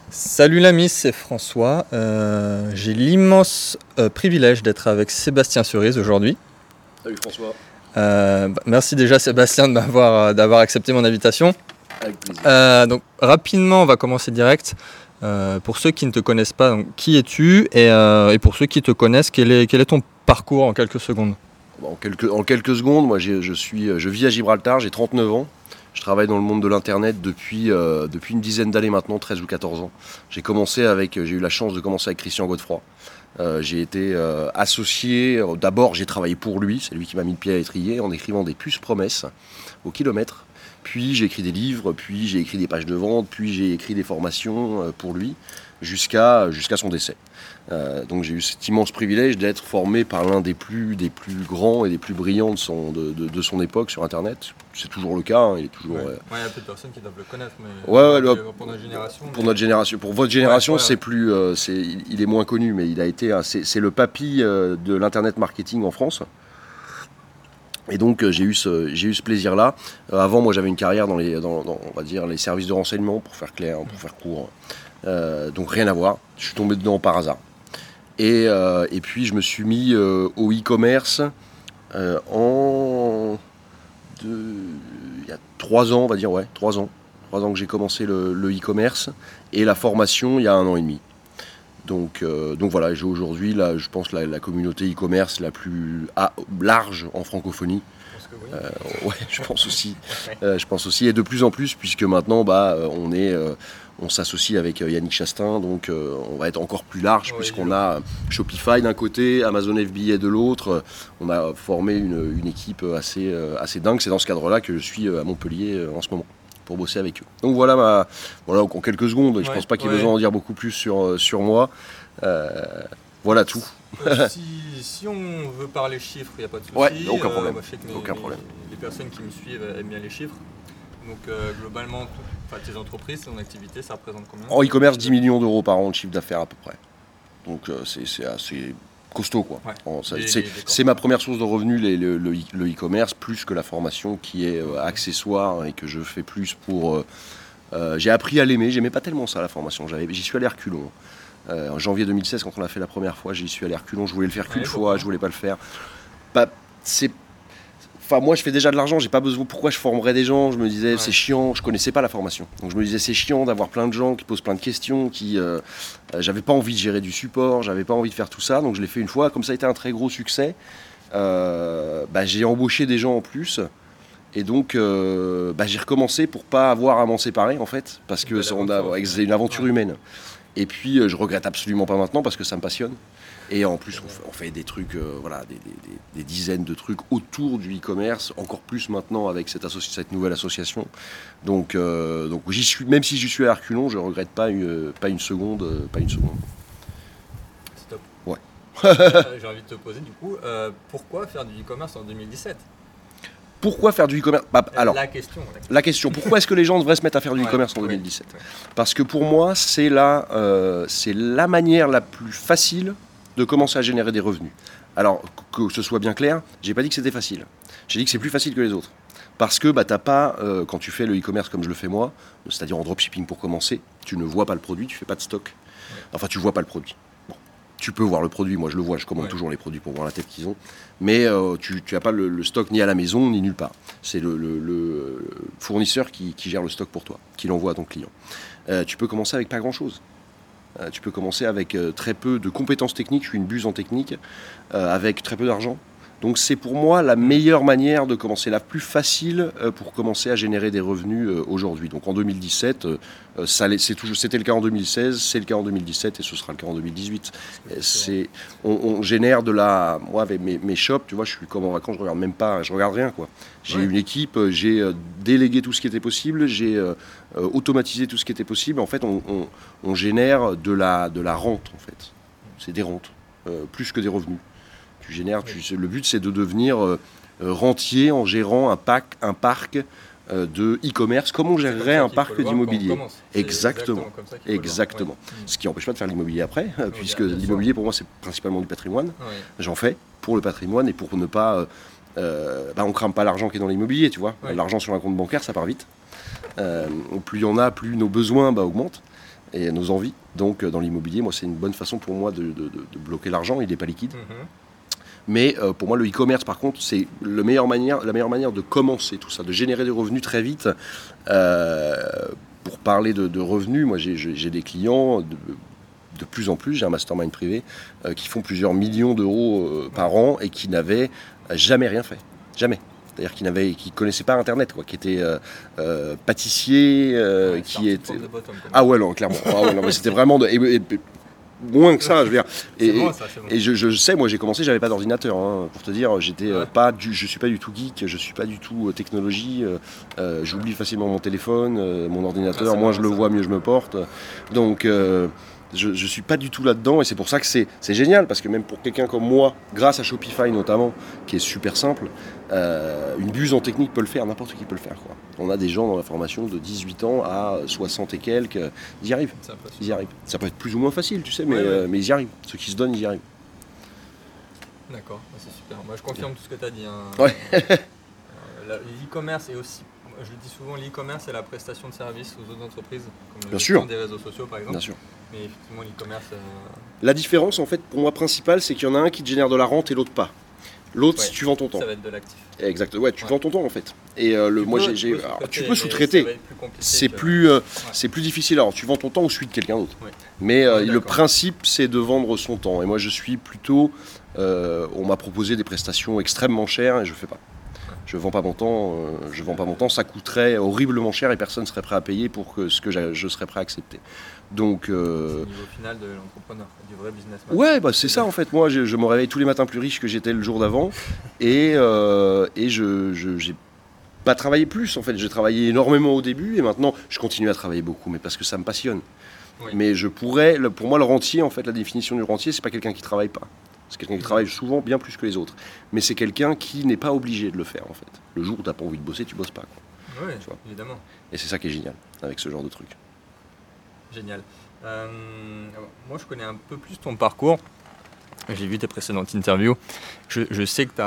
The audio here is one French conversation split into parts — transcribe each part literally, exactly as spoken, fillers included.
Salut l'ami, c'est François. Euh, j'ai l'immense euh, privilège d'être avec Sébastien Cerise aujourd'hui. Salut François. Euh, bah, merci déjà Sébastien de m'avoir, euh, d'avoir accepté mon invitation. Avec plaisir. Euh, donc rapidement, on va commencer direct. Euh, pour ceux qui ne te connaissent pas, donc, qui es-tu et, euh, et pour ceux qui te connaissent, quel est, quel est ton parcours en quelques secondes? Bon, en, quelques, en quelques secondes, moi j'ai- je, suis, je vis à Gibraltar, j'ai trente-neuf ans. Je travaille dans le monde de l'internet depuis, euh, depuis une dizaine d'années maintenant, treize ou quatorze ans. J'ai commencé avec, j'ai eu la chance de commencer avec Christian Godefroy. Euh, j'ai été euh, associé, euh, d'abord j'ai travaillé pour lui, c'est lui qui m'a mis le pied à l'étrier en écrivant des puces promesses au kilomètre. Puis j'ai écrit des livres, puis j'ai écrit des pages de vente, puis j'ai écrit des formations euh, pour lui jusqu'à jusqu'à son décès. Euh, donc j'ai eu cet immense privilège d'être formé par l'un des plus, des plus grands et des plus brillants de son, de, de- de son époque sur Internet. C'est toujours le cas, hein, il est toujours... Ouais. euh, Ouais, il y a peu de personnes qui doivent le connaître, mais Ouais, ouais, euh, le- pour notre génération. Pour mais- notre génération, pour votre génération, Ouais, ouais. c'est plus, euh, c'est, il il est moins connu, mais il a été, un- c'est, c'est le papy euh, de l'internet marketing en France. Et donc euh, j'ai eu ce, j'ai eu ce plaisir-là. Euh, avant, moi, j'avais une carrière dans les, dans, dans, on va dire, les services de renseignement, pour faire clair, pour faire court. Euh, donc rien à voir. Je suis tombé dedans par hasard. Et, euh, et puis je me suis mis euh, au e-commerce euh, en de- il y a trois ans, on va dire, ouais, trois ans. Trois ans que j'ai commencé le, le e-commerce et la formation il y a un an et demi. Donc, euh, donc voilà, j'ai aujourd'hui, là, je pense, la, la communauté e-commerce la plus ah, large en francophonie. Je pense que oui. Euh, ouais, je pense aussi. Euh, je pense aussi, et de plus en plus, puisque maintenant, bah, euh, on est, euh, on s'associe avec euh, Yannick Chastain, donc euh, on va être encore plus large, Ouais, puisqu'on il est a Shopify d'un côté, Amazon F B A de l'autre. On a formé une, une équipe assez, euh, assez dingue. C'est dans ce cadre-là que je suis euh, à Montpellier euh, en ce moment, pour bosser avec eux. Donc voilà, ma, voilà en quelques secondes. Je Ouais, pense pas qu'il y ait ouais. besoin d'en dire beaucoup plus sur, euh, sur moi. Euh, voilà tout. Euh, si, si on veut parler chiffres, il n'y a pas de souci. Ouais, aucun problème. moi, je sais que mes- Aucun mes- problème. les personnes qui me suivent aiment bien les chiffres. Donc euh, globalement, tout- enfin, tes entreprises, ton activité, ça représente combien? En e-commerce, dix millions d'euros par an de chiffre d'affaires à peu près. Donc euh, c'est, c'est assez costaud quoi. Ouais. En- ça- Les- c'est, les- les c'est ma première source de revenus, les- le, le e- le e-commerce, plus que la formation qui est euh, accessoire et que je fais plus pour... euh, euh, j'ai appris à l'aimer, j'aimais pas tellement ça la formation, J'avais, j'y suis allé à reculons. Euh, en janvier deux mille seize, quand on l'a fait la première fois, j'y suis allé à reculons, je voulais le faire qu'une Ouais, fois, pourquoi je voulais pas le faire. Bah, c'est... Enfin, moi, je fais déjà de l'argent, j'ai pas besoin. Pourquoi je formerais des gens? Je me disais, Ouais. c'est chiant. Je connaissais pas la formation, donc je me disais, c'est chiant d'avoir plein de gens qui posent plein de questions. Qui, euh, euh, j'avais pas envie de gérer du support, j'avais pas envie de faire tout ça, donc je l'ai fait une fois. Comme ça a été un très gros succès, euh, bah, j'ai embauché des gens en plus. Et donc, euh, bah, j'ai recommencé pour pas avoir à m'en séparer en fait, parce que Belle c'est, on a- aventure, c'est une aventure ouais. humaine. Et puis, euh, je regrette absolument pas maintenant parce que ça me passionne. Et en plus, on fait, on fait des trucs, euh, voilà, des, des- des- des dizaines de trucs autour du e-commerce, encore plus maintenant avec cette, associ- cette nouvelle association. Donc, euh, donc j'y suis, même si j'y suis à reculons, je regrette pas une, pas une seconde, euh, pas une seconde. C'est top. Ouais. Euh, J'ai envie de te poser du coup, euh, pourquoi faire du e-commerce en deux mille dix-sept? Pourquoi faire du e-commerce? Bah, alors, La question. la question. la question, pourquoi est-ce que les gens devraient se mettre à faire du Ouais, e-commerce en ouais, deux mille dix-sept? ouais. Parce que pour moi, c'est la, euh, c'est la manière la plus facile de commencer à générer des revenus. Alors, que ce soit bien clair, j'ai pas dit que c'était facile. J'ai dit que c'est plus facile que les autres. Parce que bah, t'as pas, euh, quand tu fais le e-commerce comme je le fais moi, c'est-à-dire en dropshipping pour commencer, tu ne vois pas le produit, tu fais pas de stock. Enfin, tu vois pas le produit. Bon. Tu peux voir le produit, moi je le vois, je commande Ouais. toujours les produits pour voir la tête qu'ils ont. Mais euh, tu n'as pas le, le stock ni à la maison, ni nulle part. C'est le, le- le fournisseur qui, qui gère le stock pour toi, qui l'envoie à ton client. Euh, tu peux commencer avec pas grand-chose. Euh, tu peux commencer avec euh, très peu de compétences techniques, je suis une buse en technique, euh, avec très peu d'argent. Donc c'est pour moi la meilleure manière de commencer, la plus facile euh, pour commencer à générer des revenus euh, aujourd'hui. Donc en deux mille dix-sept, euh, euh, ça allait- c'est toujours- c'était le cas en deux mille seize, c'est le cas en deux mille dix-sept et ce sera le cas en deux mille dix-huit. Euh, C'est, on, on génère de la... Moi avec mes, mes shops, tu vois, je suis comme en vacances, je regarde même pas, je regarde rien quoi. J'ai Ouais. une équipe, euh, j'ai euh, délégué tout ce qui était possible, j'ai euh, euh, automatisé tout ce qui était possible. En fait, on, on- on génère de la, de la rente en fait. C'est des rentes, euh, plus que des revenus. Tu génères, tu- le but c'est de devenir euh, euh, rentier en gérant un, pack, un parc euh, de e-commerce, comme on C'est comme gérerait ça un qu'il faut parc le voir quand on d'immobilier. commence. C'est Exactement. comme ça qu'il faut le voir. Exactement. Ouais. Ce qui n'empêche pas de faire l'immobilier après, euh, Oui, puisque bien sûr. l'immobilier pour moi c'est principalement du patrimoine. Ouais. J'en fais pour le patrimoine et pour ne pas... Euh, euh, bah, on crame pas l'argent qui est dans l'immobilier, tu vois. Ouais. L'argent sur un compte bancaire, ça part vite. Euh, plus il y en a, plus nos besoins bah, augmentent. et nos envies. Donc dans l'immobilier, moi c'est une bonne façon pour moi de, de, de, de bloquer l'argent, il n'est pas liquide. Mm-hmm. Mais euh, pour moi le e-commerce par contre c'est le meilleur manière, la meilleure manière de commencer tout ça, de générer des revenus très vite. Euh, pour parler de, de revenus, moi j'ai, j'ai des clients de, de plus en plus, j'ai un mastermind privé euh, qui font plusieurs millions d'euros euh, par an et qui n'avaient jamais rien fait, jamais. C'est-à-dire qu'ils ne qui connaissaient pas Internet, quoi, qui étaient euh, euh, pâtissiers, euh, ouais, qui étaient... Bottom, ah ouais, non, clairement. Ah ouais, non, mais c'était vraiment... De... Et, et, et, moins que ça, je veux dire. Et, bon, ça, bon. et je, je sais, moi j'ai commencé, j'avais pas d'ordinateur, hein, pour te dire, j'étais ouais. euh, pas du, je suis pas du tout geek, je suis pas du tout euh, technologie, euh, euh, j'oublie facilement mon téléphone, euh, mon ordinateur, ah, moins je le vois, mieux je me porte. Donc... Euh, Je ne suis pas du tout là-dedans et c'est pour ça que c'est, c'est génial parce que même pour quelqu'un comme moi, grâce à Shopify notamment, qui est super simple, euh, une buse en technique peut le faire, n'importe qui peut le faire, quoi. On a des gens dans la formation de dix-huit ans à soixante et quelques, ils y arrivent. Ils y arrivent. Ça peut être plus ou moins facile, tu sais, mais, ouais, ouais. Euh, mais ils y arrivent. Ceux qui se donnent, ils y arrivent. D'accord, c'est super. Moi je confirme tout ce que tu as dit. Hein. Ouais. euh, l'e-commerce est aussi... Je le dis souvent, l'e-commerce est la prestation de service aux autres entreprises, comme Bien sûr. Des réseaux sociaux par exemple. Bien sûr. Mais effectivement, l'e-commerce... Euh... La différence, en fait, pour moi, principale, c'est qu'il y en a un qui te génère de la rente et l'autre pas. L'autre, ouais, si tu vends ton temps. Ça va être de l'actif. Exact. Ouais, tu ouais. vends ton temps, en fait. Et euh, le, tu moi, peux, j'ai, tu, alors, peux tu peux sous-traiter. Plus c'est, plus, euh, ouais. c'est plus difficile. Alors, tu vends ton temps ou celui de quelqu'un d'autre. Ouais. Mais euh, le principe, c'est de vendre son temps. Et moi, je suis plutôt... Euh, on m'a proposé des prestations extrêmement chères et je ne fais pas. Je vends pas mon temps, euh, je vends pas mon temps, ça coûterait horriblement cher et personne ne serait prêt à payer pour que ce que je serais prêt à accepter. Donc, euh... c'est le niveau final de l'entrepreneur, du vrai businessman. Ouais, bah c'est ça en fait. Moi, je, je me réveille tous les matins plus riche que j'étais le jour d'avant et, euh, et je, je j'ai pas travaillé plus en fait. J'ai travaillé énormément au début et maintenant je continue à travailler beaucoup, mais parce que ça me passionne. Oui. Mais je pourrais, pour moi, le rentier en fait, la définition du rentier, c'est pas quelqu'un qui travaille pas. C'est quelqu'un qui travaille souvent bien plus que les autres. Mais c'est quelqu'un qui n'est pas obligé de le faire, en fait. Le jour où tu n'as pas envie de bosser, tu bosses pas. Oui, évidemment. Et c'est ça qui est génial, avec ce genre de truc. Génial. Euh, moi, je connais un peu plus ton parcours. J'ai vu tes précédentes interviews. Je, je sais que tu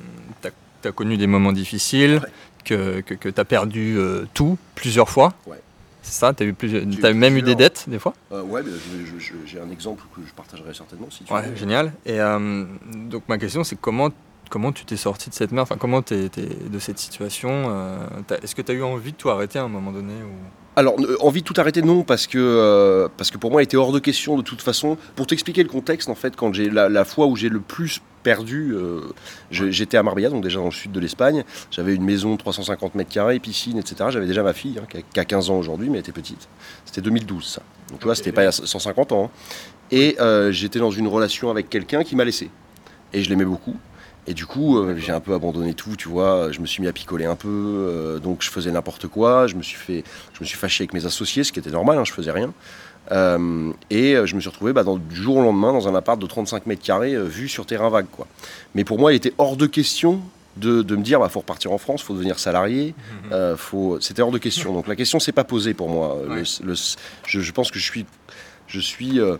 as connu des moments difficiles, ouais. que, que, que tu as perdu euh, tout plusieurs fois. Ouais. C'est ça, tu as, eu plus... as même eu des dettes des fois euh, Ouais, je, je, j'ai un exemple que je partagerai certainement si tu ouais, veux. Génial. Et euh, donc ma question c'est comment, comment tu t'es sorti de cette merde, enfin comment tu es de cette situation euh, est-ce que tu as eu envie de tout arrêter à un moment donné ou... Alors, euh, envie de tout arrêter, non, parce que, euh, parce que pour moi, il était hors de question de toute façon. Pour t'expliquer le contexte, en fait, quand j'ai la, la fois où j'ai le plus perdu, euh, je, j'étais à Marbella, donc déjà dans le sud de l'Espagne. J'avais une maison de trois cent cinquante mètres carrés, piscine, et cetera. J'avais déjà ma fille, hein, qui a quinze ans aujourd'hui, mais elle était petite. C'était deux mille douze, ça. Donc, tu vois, c'était pas il y a cent cinquante ans. Hein. Et euh, j'étais dans une relation avec quelqu'un qui m'a laissé. Et je l'aimais beaucoup. Et du coup, euh, j'ai un peu abandonné tout, tu vois. Je me suis mis à picoler un peu, euh, donc je faisais n'importe quoi. Je me suis fait, je me suis fâché avec mes associés, ce qui était normal, hein, je faisais rien. Euh, et je me suis retrouvé bah, dans, du jour au lendemain dans un appart de trente-cinq mètres carrés, euh, vu sur terrain vague, quoi. Mais pour moi, il était hors de question de, de me dire, bah, faut repartir en France, faut devenir salarié. Mmh. Euh, faut... C'était hors de question. Donc la question s'est pas posée pour moi. Ouais. Le, le, je, je pense que je suis, je suis. Euh,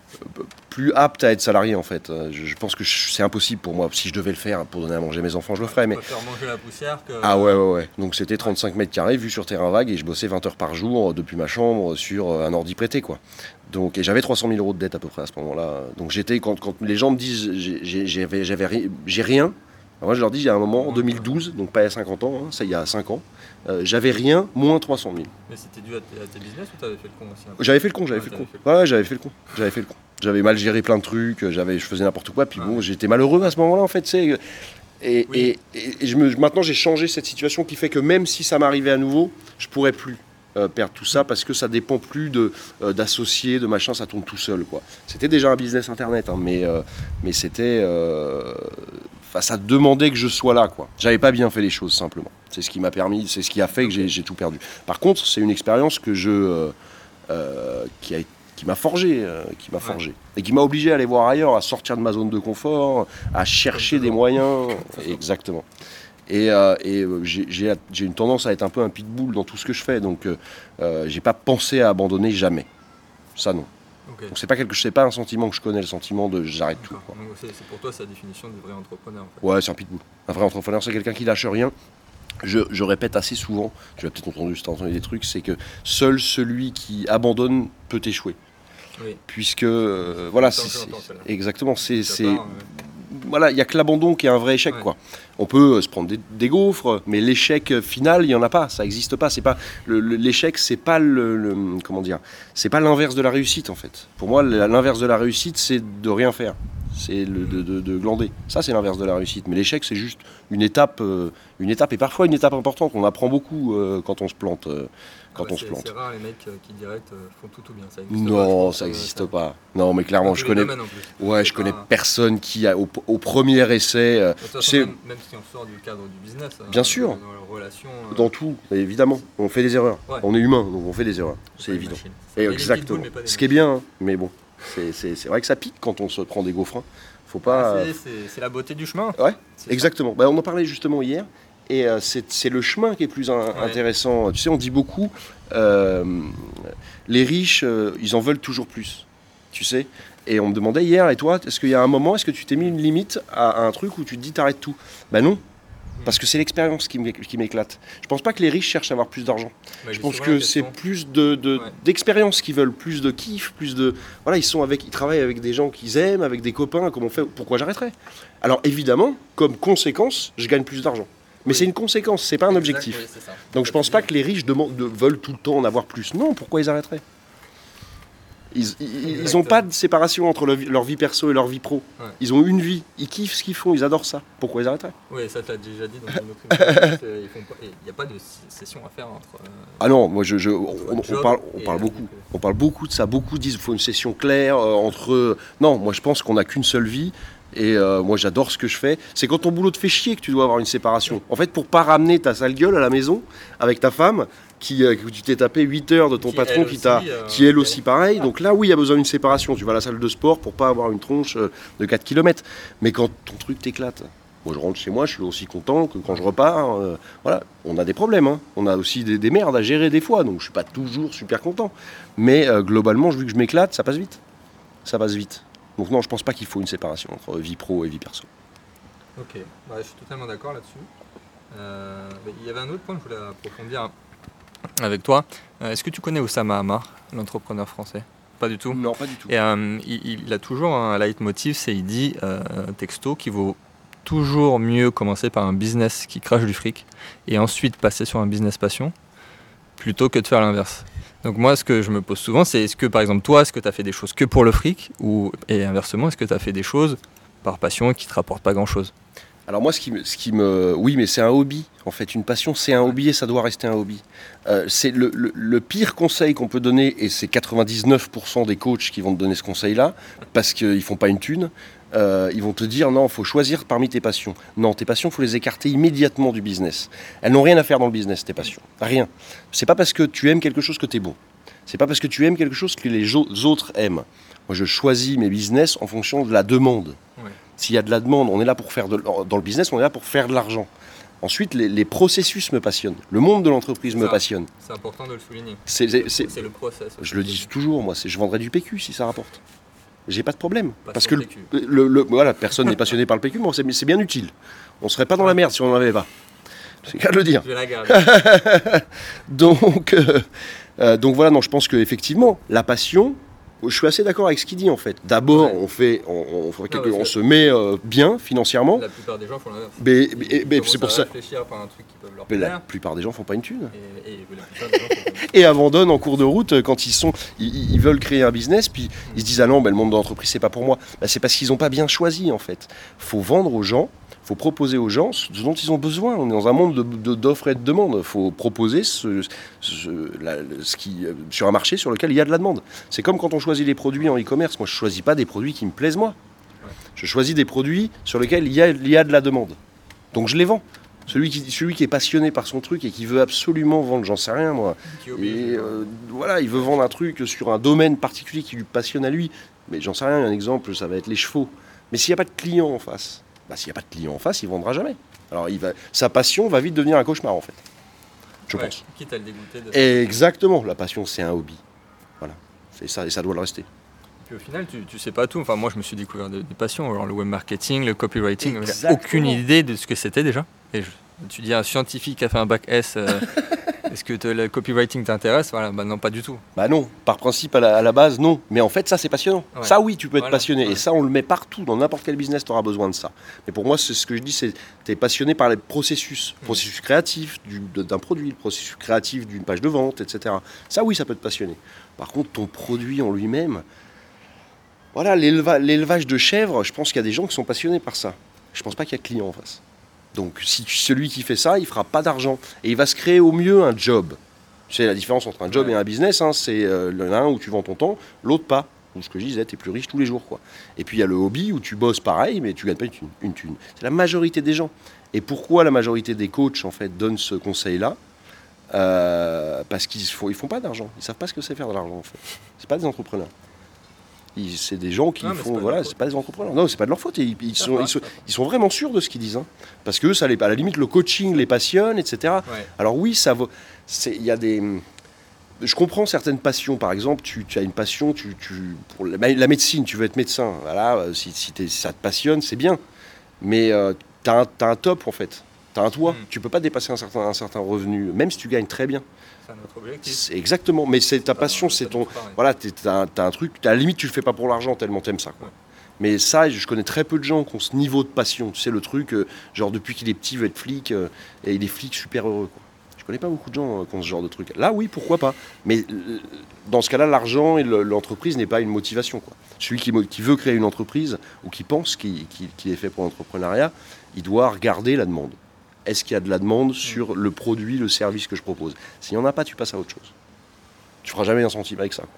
plus apte à être salarié en fait. Je, je pense que je, c'est impossible pour moi. Si je devais le faire pour donner à manger mes enfants, je le ferais. Mais... faire manger la poussière que... Ah ouais, ouais, ouais. Donc c'était trente-cinq mètres carrés, vu sur terrain vague, et je bossais vingt heures par jour depuis ma chambre sur un ordi prêté, quoi. Donc, et j'avais trois cent mille euros de dette à peu près à ce moment-là. Donc j'étais, quand, quand les gens me disent j'ai, j'avais, j'avais, j'ai rien, alors moi je leur dis, il y a un moment, en deux mille douze, donc pas il y a cinquante ans, hein, ça il y a cinq ans, euh, j'avais rien, moins trois cent mille. Mais c'était dû à tes, à tes business ou t'avais fait le con aussi hein? J'avais fait le con, j'avais ouais, fait le con. Fait le con. Ouais, j'avais fait le con. J'avais fait le con. J'avais mal géré plein de trucs, j'avais, je faisais n'importe quoi, puis ah. bon, j'étais malheureux à ce moment-là en fait, c'est. Et, oui. et, et, et je me, maintenant j'ai changé cette situation qui fait que même si ça m'arrivait à nouveau, je pourrais plus euh, perdre tout ça parce que ça dépend plus de, euh, d'associés, de machin, ça tourne tout seul, quoi. C'était déjà un business internet, hein, mais, euh, mais c'était. Euh, ça demandait que je sois là, quoi. J'avais pas bien fait les choses, simplement. C'est ce qui m'a permis, c'est ce qui a fait que j'ai, j'ai tout perdu. Par contre, c'est une expérience que je, euh, euh, qui, a, qui m'a forgé, euh, qui m'a ouais. forgé, et qui m'a obligé à aller voir ailleurs, à sortir de ma zone de confort, à chercher des moyens. Exactement. Et, euh, et j'ai, j'ai, j'ai une tendance à être un peu un pitbull dans tout ce que je fais, donc euh, j'ai pas pensé à abandonner jamais. Ça non. Okay. Donc c'est pas quelque, c'est pas un sentiment que je connais, le sentiment de j'arrête tout. Quoi. Donc c'est, c'est pour toi c'est la définition du vrai entrepreneur. En fait. Ouais, c'est un pitbull. Un vrai entrepreneur, c'est quelqu'un qui lâche rien. je, je répète assez souvent, tu as peut-être entendu, entendu des trucs, c'est que seul celui qui abandonne peut échouer. Oui. Puisque, euh, voilà, Attends, c'est, j'entends, c'est, celle-là. exactement, c'est... Ça c'est part, euh, voilà, il n'y a que l'abandon qui est un vrai échec, Ouais. quoi. On peut se prendre des, des gaufres, mais l'échec final, il n'y en a pas, ça n'existe pas. C'est pas le, le, l'échec, c'est pas le, le comment dire, c'est pas l'inverse de la réussite en fait. Pour moi, l'inverse de la réussite, c'est de rien faire, c'est le, de, de, de glander. Ça, c'est l'inverse de la réussite. Mais l'échec, c'est juste une étape, euh, une étape et parfois une étape importante. On apprend beaucoup euh, quand on se plante. Euh, quand ah bah on se c'est, plante. c'est rare les mecs euh, qui direct euh, font tout tout bien. Ça existe Non, pas, je pense, ça euh, n'existe ça- pas. Non, mais Dans clairement, tous je les connais. domaines, en plus. Ouais, C'est je connais pas- personne qui a au, au premier essai. euh, De toute façon, c'est même, même si on sort du cadre du business, euh, Bien sûr. dans les relations, euh, dans tout, évidemment. On fait des erreurs. Ouais. On est humain, donc on fait des erreurs. c'est C'est pas des évident. machines. Et Il y a des exactement. pitbulls, mais pas des Ce qui est machines. bien, hein, mais bon, c'est, c'est, c'est vrai que ça pique quand on se prend des gaufres. hein. Faut pas. Ah, euh, c'est, c'est- c'est la beauté du chemin. Ouais, C'est ça. exactement. Bah, on en parlait justement hier. Et euh, c'est, c'est le chemin qui est plus un- intéressant. Tu sais, on dit beaucoup, euh, les riches, euh, ils en veulent toujours plus. Tu sais. Et on me demandait hier, et toi, est-ce qu'il y a un moment, est-ce que tu t'es mis une limite à, à un truc où tu te dis t'arrêtes tout? Ben non. Parce que c'est l'expérience qui m'éc- qui m'éclate. Je pense pas que les riches cherchent à avoir plus d'argent. Bah, Je j'ai pense souvent que la c'est question. plus de, de- Ouais. d'expérience qu'ils veulent, plus de kiff, plus de... Voilà, ils sont avec, ils travaillent avec des gens qu'ils aiment, avec des copains, comme on fait, pourquoi j'arrêterais? Alors évidemment, comme conséquence, je gagne plus d'argent. Mais Oui. c'est une conséquence, c'est pas un Exact, objectif. oui, c'est ça. Donc je Ça pense te pas dit. que les riches demandent, de- veulent tout le temps en avoir plus. Non, pourquoi ils arrêteraient? Ils ils n'ont pas de séparation entre le- leur vie perso et leur vie pro. Ouais. Ils ont une vie, ils kiffent ce qu'ils font, ils adorent ça. Pourquoi ils arrêteraient? Oui, ça t'as déjà dit dans une autre interview. c'est- ils font pas- Il n'y a pas de s- session à faire entre. euh, Ah non, moi je, je- on, on job parle, on et parle la beaucoup. vie privée. On parle beaucoup de ça. Beaucoup disent qu'il faut une session claire euh, entre. Non, moi je pense qu'on n'a qu'une seule vie. Et euh, moi j'adore ce que je fais. C'est quand ton boulot te fait chier que tu dois avoir une séparation. En fait, pour pas ramener ta sale gueule à la maison avec ta femme, qui, euh, que tu t'es tapé huit heures de ton Qui, patron elle qui t'a, aussi, euh, qui elle elle- aussi pareil. Donc là, oui, il y a besoin d'une séparation. Tu vas à la salle de sport pour pas avoir une tronche euh, de quatre kilomètres. Mais quand ton truc t'éclate. Moi, je rentre chez moi, je suis aussi content que quand je repars. euh, voilà, on a des problèmes. hein. On a aussi des, des merdes à gérer des fois, donc je suis pas toujours super content. Mais euh, globalement, vu que je m'éclate, ça passe vite. Ça passe vite. Donc non, je pense pas qu'il faut une séparation entre vie pro et vie perso. Ok, bah, je suis totalement d'accord là-dessus. Euh, mais il y avait un autre point que je voulais approfondir avec toi. Euh, Est-ce que tu connais Oussama Hamar, l'entrepreneur français? Pas du tout. Non, pas du tout. Et euh, il, il a toujours un leitmotiv, c'est il dit euh, texto qu'il vaut toujours mieux commencer par un business qui crache du fric et ensuite passer sur un business passion plutôt que de faire l'inverse. Donc moi, ce que je me pose souvent, c'est est-ce que par exemple toi, est-ce que tu as fait des choses que pour le fric ou et inversement, est-ce que tu as fait des choses par passion et qui te rapportent pas grand-chose? Alors moi, ce qui, me, ce qui me... Oui, mais c'est un hobby, en fait. Une passion, c'est un hobby et ça doit rester un hobby. Euh, c'est le, le- le pire conseil qu'on peut donner, et c'est quatre-vingt-dix-neuf pour cent des coachs qui vont te donner ce conseil-là, parce qu'ils ne font pas une thune. Euh, ils vont te dire, non, il faut choisir parmi tes passions. Non, tes passions, il faut les écarter immédiatement du business. Elles n'ont rien à faire dans le business, tes passions. Rien. C'est pas parce que tu aimes quelque chose que tu es bon. C'est pas parce que tu aimes quelque chose que les jo- autres aiment. Moi, je choisis mes business en fonction de la demande. Ouais. S'il y a de la demande, on est là pour faire de, dans le business, on est là pour faire de l'argent. Ensuite, les, les processus me passionnent. Le monde de l'entreprise C'est me ça. passionne. C'est important de le souligner. C'est, c'est- c'est- C'est le process. je le dis toujours, moi, c'est, je vendrais du P Q si ça rapporte. J'ai pas de problème. Pas parce sur que le le, P Q. le- le- voilà, personne n'est passionné par le P Q, mais c'est, c'est bien utile. On serait pas dans la merde si on n'en avait pas. C'est le cas de le dire. Je vais la garder. Donc, euh, euh, donc voilà, non, je pense qu'effectivement, la passion, je suis assez d'accord avec ce qu'il dit en fait. D'abord, Ouais. on, fait, on, on, fait quelque- parce on que- se met euh, bien financièrement, La plupart des gens font l'inverse. mais, Ils mais- mais commencent c'est pour à ça. réfléchir par un truc qui peut leur Mais la plaire. plupart des gens font pas une thune. Et, et la plupart des gens font comme ça. Et abandonnent en cours de route euh, quand ils sont, ils, ils veulent créer un business, puis ils se disent ah non, ben, le monde de l'entreprise c'est pas pour moi. Ben, c'est parce qu'ils n'ont pas bien choisi en fait. Faut vendre aux gens, faut proposer aux gens ce dont ils ont besoin. On est dans un monde de, de- d'offres et de demandes. Faut proposer ce, ce- la- ce qui, euh, sur un marché sur lequel il y a de la demande. C'est comme quand on choisit les produits en e-commerce. Moi, je choisis pas des produits qui me plaisent moi. Ouais. Je choisis des produits sur lesquels il y a, il y a de la demande. Donc je les vends. Celui qui, celui qui est passionné par son truc et qui veut absolument vendre, j'en sais rien moi. Qui oblige, Et euh, euh, voilà, il veut vendre un truc sur un domaine particulier qui lui passionne à lui. Mais j'en sais rien, un exemple, ça va être les chevaux. Mais s'il n'y a pas de client en face, bah, s'il n'y a pas de client en face, il ne vendra jamais. Alors il va, sa passion va vite devenir un cauchemar en fait. Je ouais, pense. Quitte à le dégoûter de Exactement, la passion c'est un hobby. Voilà, c'est ça et ça doit le rester. Puis au final, tu, tu sais pas tout. Enfin, moi, je me suis découvert des, des passions, genre le web marketing, le copywriting. J'avais Exactement. aucune idée de ce que c'était déjà. Et je, tu dis un scientifique qui a fait un bac S, euh, est-ce que te, le copywriting t'intéresse? Voilà, bah non, pas du tout. Bah non, par principe à la, à la base, non. Mais en fait, ça, c'est passionnant. Ouais. Ça, oui, tu peux être voilà. passionné. Ouais. Et ça, on le met partout. Dans n'importe quel business, tu auras besoin de ça. Mais pour moi, c'est ce que je dis, c'est tu es passionné par les processus. Le processus mmh. créatif du, d'un produit, le processus créatif d'une page de vente, et cetera. Ça, oui, ça peut te passionner. Par contre, ton produit en lui-même, voilà, l'éleva, l'élevage de chèvres, je pense qu'il y a des gens qui sont passionnés par ça. Je pense pas qu'il y a de clients en face. Donc, si tu, celui qui fait ça, il fera pas d'argent. Et il va se créer au mieux un job. C'est la différence entre un job ouais. et un business. Hein. C'est euh, l'un où tu vends ton temps, l'autre pas. Ou ce que je disais, tu es plus riche tous les jours. Quoi. Et puis, il y a le hobby où tu bosses pareil, mais tu gagnes pas une thune. Une thune. C'est la majorité des gens. Et pourquoi la majorité des coachs, en fait, donnent ce conseil-là? euh, Parce qu'ils ne ils font pas d'argent. Ils savent pas ce que c'est faire de l'argent, en fait. C'est pas des entrepreneurs. Ils, c'est des gens qui non, font, c'est voilà, c'est pas des entrepreneurs. Non, c'est pas de leur faute. Ils, ils, sont, ils, sont, ils sont vraiment sûrs de ce qu'ils disent, hein. Parce que ça, les, à la limite, le coaching les passionne, et cetera. Ouais. Alors oui, ça vaut. Il y a des. Je comprends certaines passions. Par exemple, tu, tu as une passion, tu, tu pour la, la médecine, tu veux être médecin. Voilà, si, si, si ça te passionne, c'est bien. Mais euh, t'as un, t'as un top en fait. T'as un toit. Mm. Tu peux pas dépasser un certain, un certain revenu, même si tu gagnes très bien. C'est notre objectif. C'est exactement, mais c'est ta passion, c'est ton. Voilà, t'as, t'as un truc, à la limite, tu le fais pas pour l'argent tellement t'aimes ça, quoi. Ouais. Mais ça, je connais très peu de gens qui ont ce niveau de passion. Tu sais, le truc, euh, genre depuis qu'il est petit, il veut être flic, euh, et il est flic super heureux, quoi. Je connais pas beaucoup de gens euh, qui ont ce genre de truc. Là, oui, pourquoi pas. Mais euh, dans ce cas-là, l'argent et le, l'entreprise n'est pas une motivation, quoi. Celui qui, qui veut créer une entreprise, ou qui pense qu'il, qu'il, qu'il est fait pour l'entrepreneuriat, il doit regarder la demande. Est-ce qu'il y a de la demande sur le produit, le service que je propose? S'il n'y en a pas, tu passes à autre chose. Tu feras jamais un centime avec ça.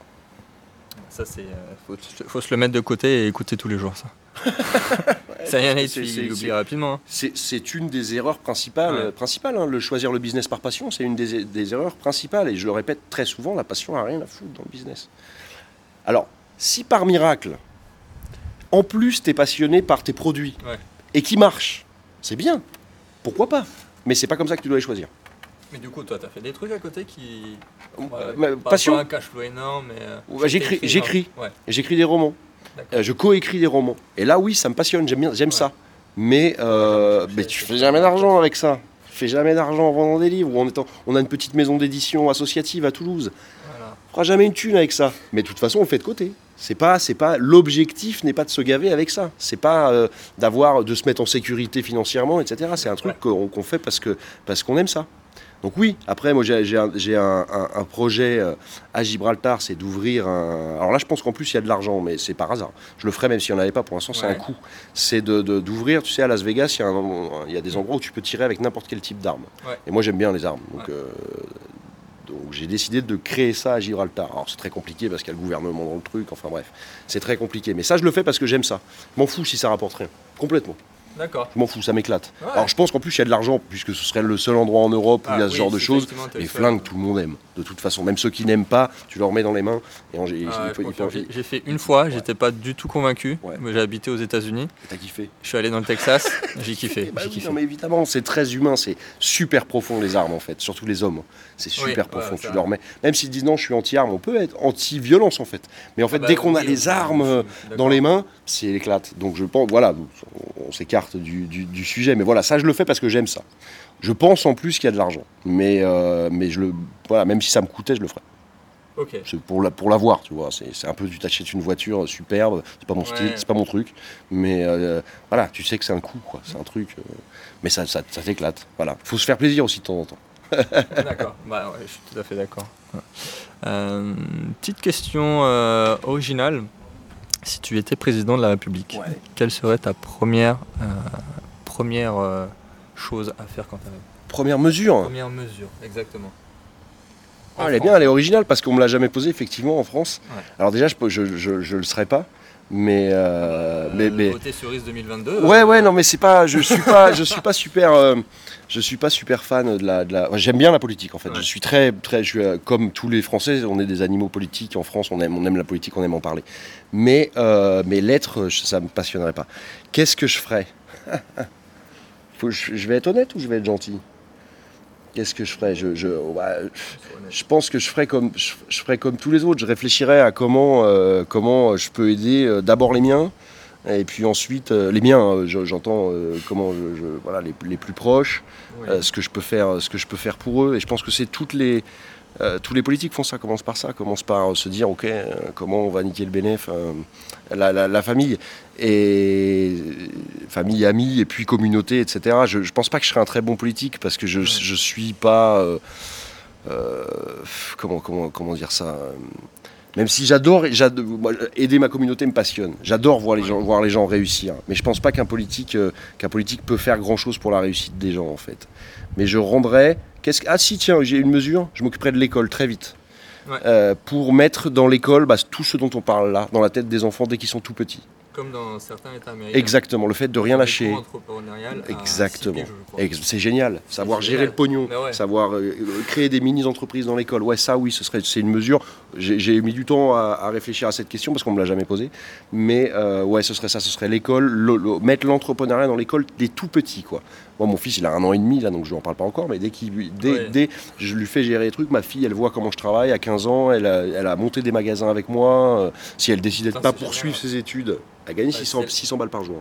Ça, c'est. Euh, faut, faut se le mettre de côté et écouter tous les jours, ça. ouais, ça rien n'est, tu l'oublies rapidement. Hein. C'est, c'est une des erreurs principales. Ouais. principales hein, le choisir le business par passion, c'est une des, des erreurs principales. Et je le répète très souvent, la passion n'a rien à foutre dans le business. Alors, si par miracle, en plus, tu es passionné par tes produits ouais. et qui marchent, c'est bien. Pourquoi pas? Mais c'est pas comme ça que tu dois les choisir. Mais du coup, toi, tu as fait des trucs à côté qui... Euh, ouais, pas passion. Pas un cash flow énorme, mais... Euh, ouais, j'écris, j'écris. Ouais. j'écris des romans. Euh, je co-écris des romans. Et là, oui, ça me passionne, j'aime, bien, j'aime ouais. ça. Mais, euh, mais tu fais jamais d'argent avec ça. Tu fais jamais d'argent en vendant des livres. On, est en, on a une petite maison d'édition associative à Toulouse. Voilà. On fera jamais une thune avec ça. Mais de toute façon, on le fait de côté. C'est pas, c'est pas, l'objectif n'est pas de se gaver avec ça. C'est pas euh, d'avoir, de se mettre en sécurité financièrement, et cetera. C'est un truc ouais. qu'on, qu'on fait parce, que, parce qu'on aime ça. Donc oui, après, moi j'ai, j'ai, un, j'ai un, un, un projet euh, à Gibraltar, c'est d'ouvrir un... Alors là, je pense qu'en plus, il y a de l'argent, mais c'est par hasard. Je le ferai même s'il n'y en avait pas, pour l'instant, ouais. c'est un coût. C'est de, de, d'ouvrir, tu sais, à Las Vegas, il y a, un, il y a des endroits où tu peux tirer avec n'importe quel type d'arme. Ouais. Et moi, j'aime bien les armes. Donc... Ouais. Euh, Donc j'ai décidé de créer ça à Gibraltar. Alors c'est très compliqué parce qu'il y a le gouvernement dans le truc, enfin bref, c'est très compliqué. Mais ça je le fais parce que j'aime ça. Je m'en fous si ça rapporte rien, complètement. D'accord. Je m'en fous, ça m'éclate. Ouais. Alors je pense qu'en plus il y a de l'argent, puisque ce serait le seul endroit en Europe où ah, il y a ce oui, genre de choses. Les flingues, tout le monde aime, de toute façon. Même ceux qui n'aiment pas, tu leur mets dans les mains. Et en, ah, il, ouais, il, il faut, j'ai, j'ai fait une fois, ouais. j'étais pas du tout convaincu. Ouais. J'ai habité aux États-Unis. Et t'as kiffé? Je suis allé dans le Texas, j'ai kiffé. bah j'ai oui, kiffé. Non mais évidemment, c'est très humain, c'est super profond les armes en fait, surtout les hommes. C'est super oui, profond. Ouais, tu leur mets, même s'ils disent non, je suis anti-arme, on peut être anti-violence en fait. Mais en fait, ah bah, dès qu'on oui, a les armes dans les mains, c'est l'éclate. Donc je pense, voilà, on s'écarte du, du, du sujet, mais voilà, ça je le fais parce que j'aime ça. Je pense en plus qu'il y a de l'argent, mais euh, mais je le, voilà, même si ça me coûtait, je le ferais. Okay. C'est pour la, pour l'avoir, tu vois. C'est, c'est un peu, tu t'achètes une voiture superbe, c'est pas mon style, ouais. c'est pas mon truc, mais euh, voilà, tu sais que c'est un coup, quoi. C'est un truc, euh, mais ça, ça, ça t'éclate. Voilà, faut se faire plaisir aussi de temps en temps. D'accord, bah ouais, je suis tout à fait d'accord. Euh, petite question euh, originale. Si tu étais président de la République, ouais. quelle serait ta première, euh, première euh, chose à faire quand tu arrives? Première mesure Première mesure, exactement. Ah, elle est bien, elle est originale parce qu'on me l'a jamais posée effectivement en France. Ouais. Alors déjà, je, je, je, je le serais pas, mais euh, euh, mais, mais... voter cerise deux mille vingt-deux. Ouais, euh... ouais, non, mais c'est pas, je suis pas, je suis pas super, euh, je suis pas super fan de la, de la. J'aime bien la politique en fait. Ouais. Je suis très, très, je suis euh, comme tous les Français, on est des animaux politiques en France. On aime, on aime la politique, on aime en parler. Mais, euh, mais l'être, ça me passionnerait pas. Qu'est-ce que je ferais? Faut, je, je vais être honnête ou je vais être gentil? Qu'est-ce que je ferais? je, je, ouais, je pense que je ferais, comme, je, je ferais comme tous les autres. Je réfléchirais à comment, euh, comment je peux aider euh, d'abord les miens, Et puis ensuite, euh, les miens, euh, je- j'entends euh, comment je, je- voilà, les, les plus proches, Oui. euh, ce que je peux faire, ce que je peux faire pour eux. Et je pense que c'est toutes les, euh, tous les politiques font ça, commencent par ça, commencent par se dire, ok, euh, comment on va niquer le bénéf, euh, la, la- la famille, et famille, amis, et puis communauté, et cetera. Je, je pense pas que je serai un très bon politique parce que je, Ouais. je suis pas, euh, euh, comment, comment, comment dire ça. euh, Même si j'adore, j'adore moi, aider ma communauté me passionne. J'adore voir les Ouais. gens, voir les gens réussir. Mais je pense pas qu'un politique, euh, qu'un politique peut faire grand chose pour la réussite des gens en fait. Mais je rendrais, qu'est-ce que, ah si tiens, j'ai une mesure, je m'occuperai de l'école très vite. Ouais. Euh, pour mettre dans l'école bah, tout ce dont on parle là, dans la tête des enfants dès qu'ils sont tout petits. Comme dans certains États américains. Exactement, le fait de rien Des lâcher. cours entrepreneurial à Exactement. six piges, je crois. Ex- C'est génial. Savoir C'est gérer génial. le pognon, Mais ouais. savoir euh, créer des mini-entreprises dans l'école. Ouais, ça, oui, ce serait, c'est une mesure. J'ai, j'ai mis du temps à, à réfléchir à cette question parce qu'on me l'a jamais posée. Mais euh, ouais, ce serait ça. Ce serait l'école, le- le- mettre l'entrepreneuriat dans l'école des tout petits, quoi. Moi, mon fils, il a un an et demi là, donc je lui en parle pas encore. Mais dès qu'il, dès, Ouais. dès je lui fais gérer les trucs, ma fille, elle voit comment je travaille. À quinze ans, elle a, elle a monté des magasins avec moi. Euh, si elle décidait de Putain, pas c'est poursuivre génial. ses études, elle gagne Ouais, six cents, c'est- six cents balles par jour.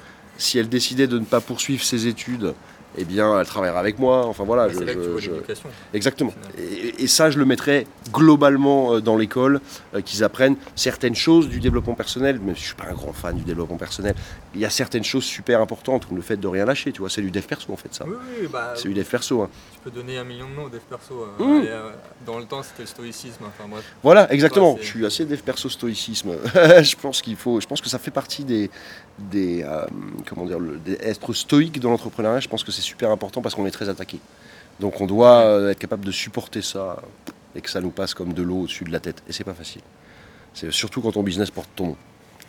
Si elle décidait de ne pas poursuivre ses études, eh bien, elle travaillera avec moi. Enfin voilà, je, C'est là que tu je- vois je- l'éducation. exactement. Au Et, et ça, je le mettrais globalement euh, dans l'école, euh, qu'ils apprennent certaines choses du développement personnel. Même si je suis pas un grand fan du développement personnel, il y a certaines choses super importantes, comme le fait de rien lâcher. Tu vois, c'est du dev perso en fait, ça. Oui, oui, bah, C'est du dev perso. Hein. tu peux donner un million de mots au dev perso. euh, Mmh. et, euh, dans le temps, c'était le stoïcisme. Enfin bref. Voilà, exactement. Ouais, c'est- je suis assez dev perso stoïcisme. je pense qu'il faut, je pense que ça fait partie des, des euh, comment dire, le- des- être stoïque dans l'entrepreneuriat. Je pense que c'est super important parce qu'on est très attaqué. Donc on doit euh, être capable de supporter ça et que ça nous passe comme de l'eau au-dessus de la tête. Et c'est pas facile. C'est surtout quand ton business porte ton nom.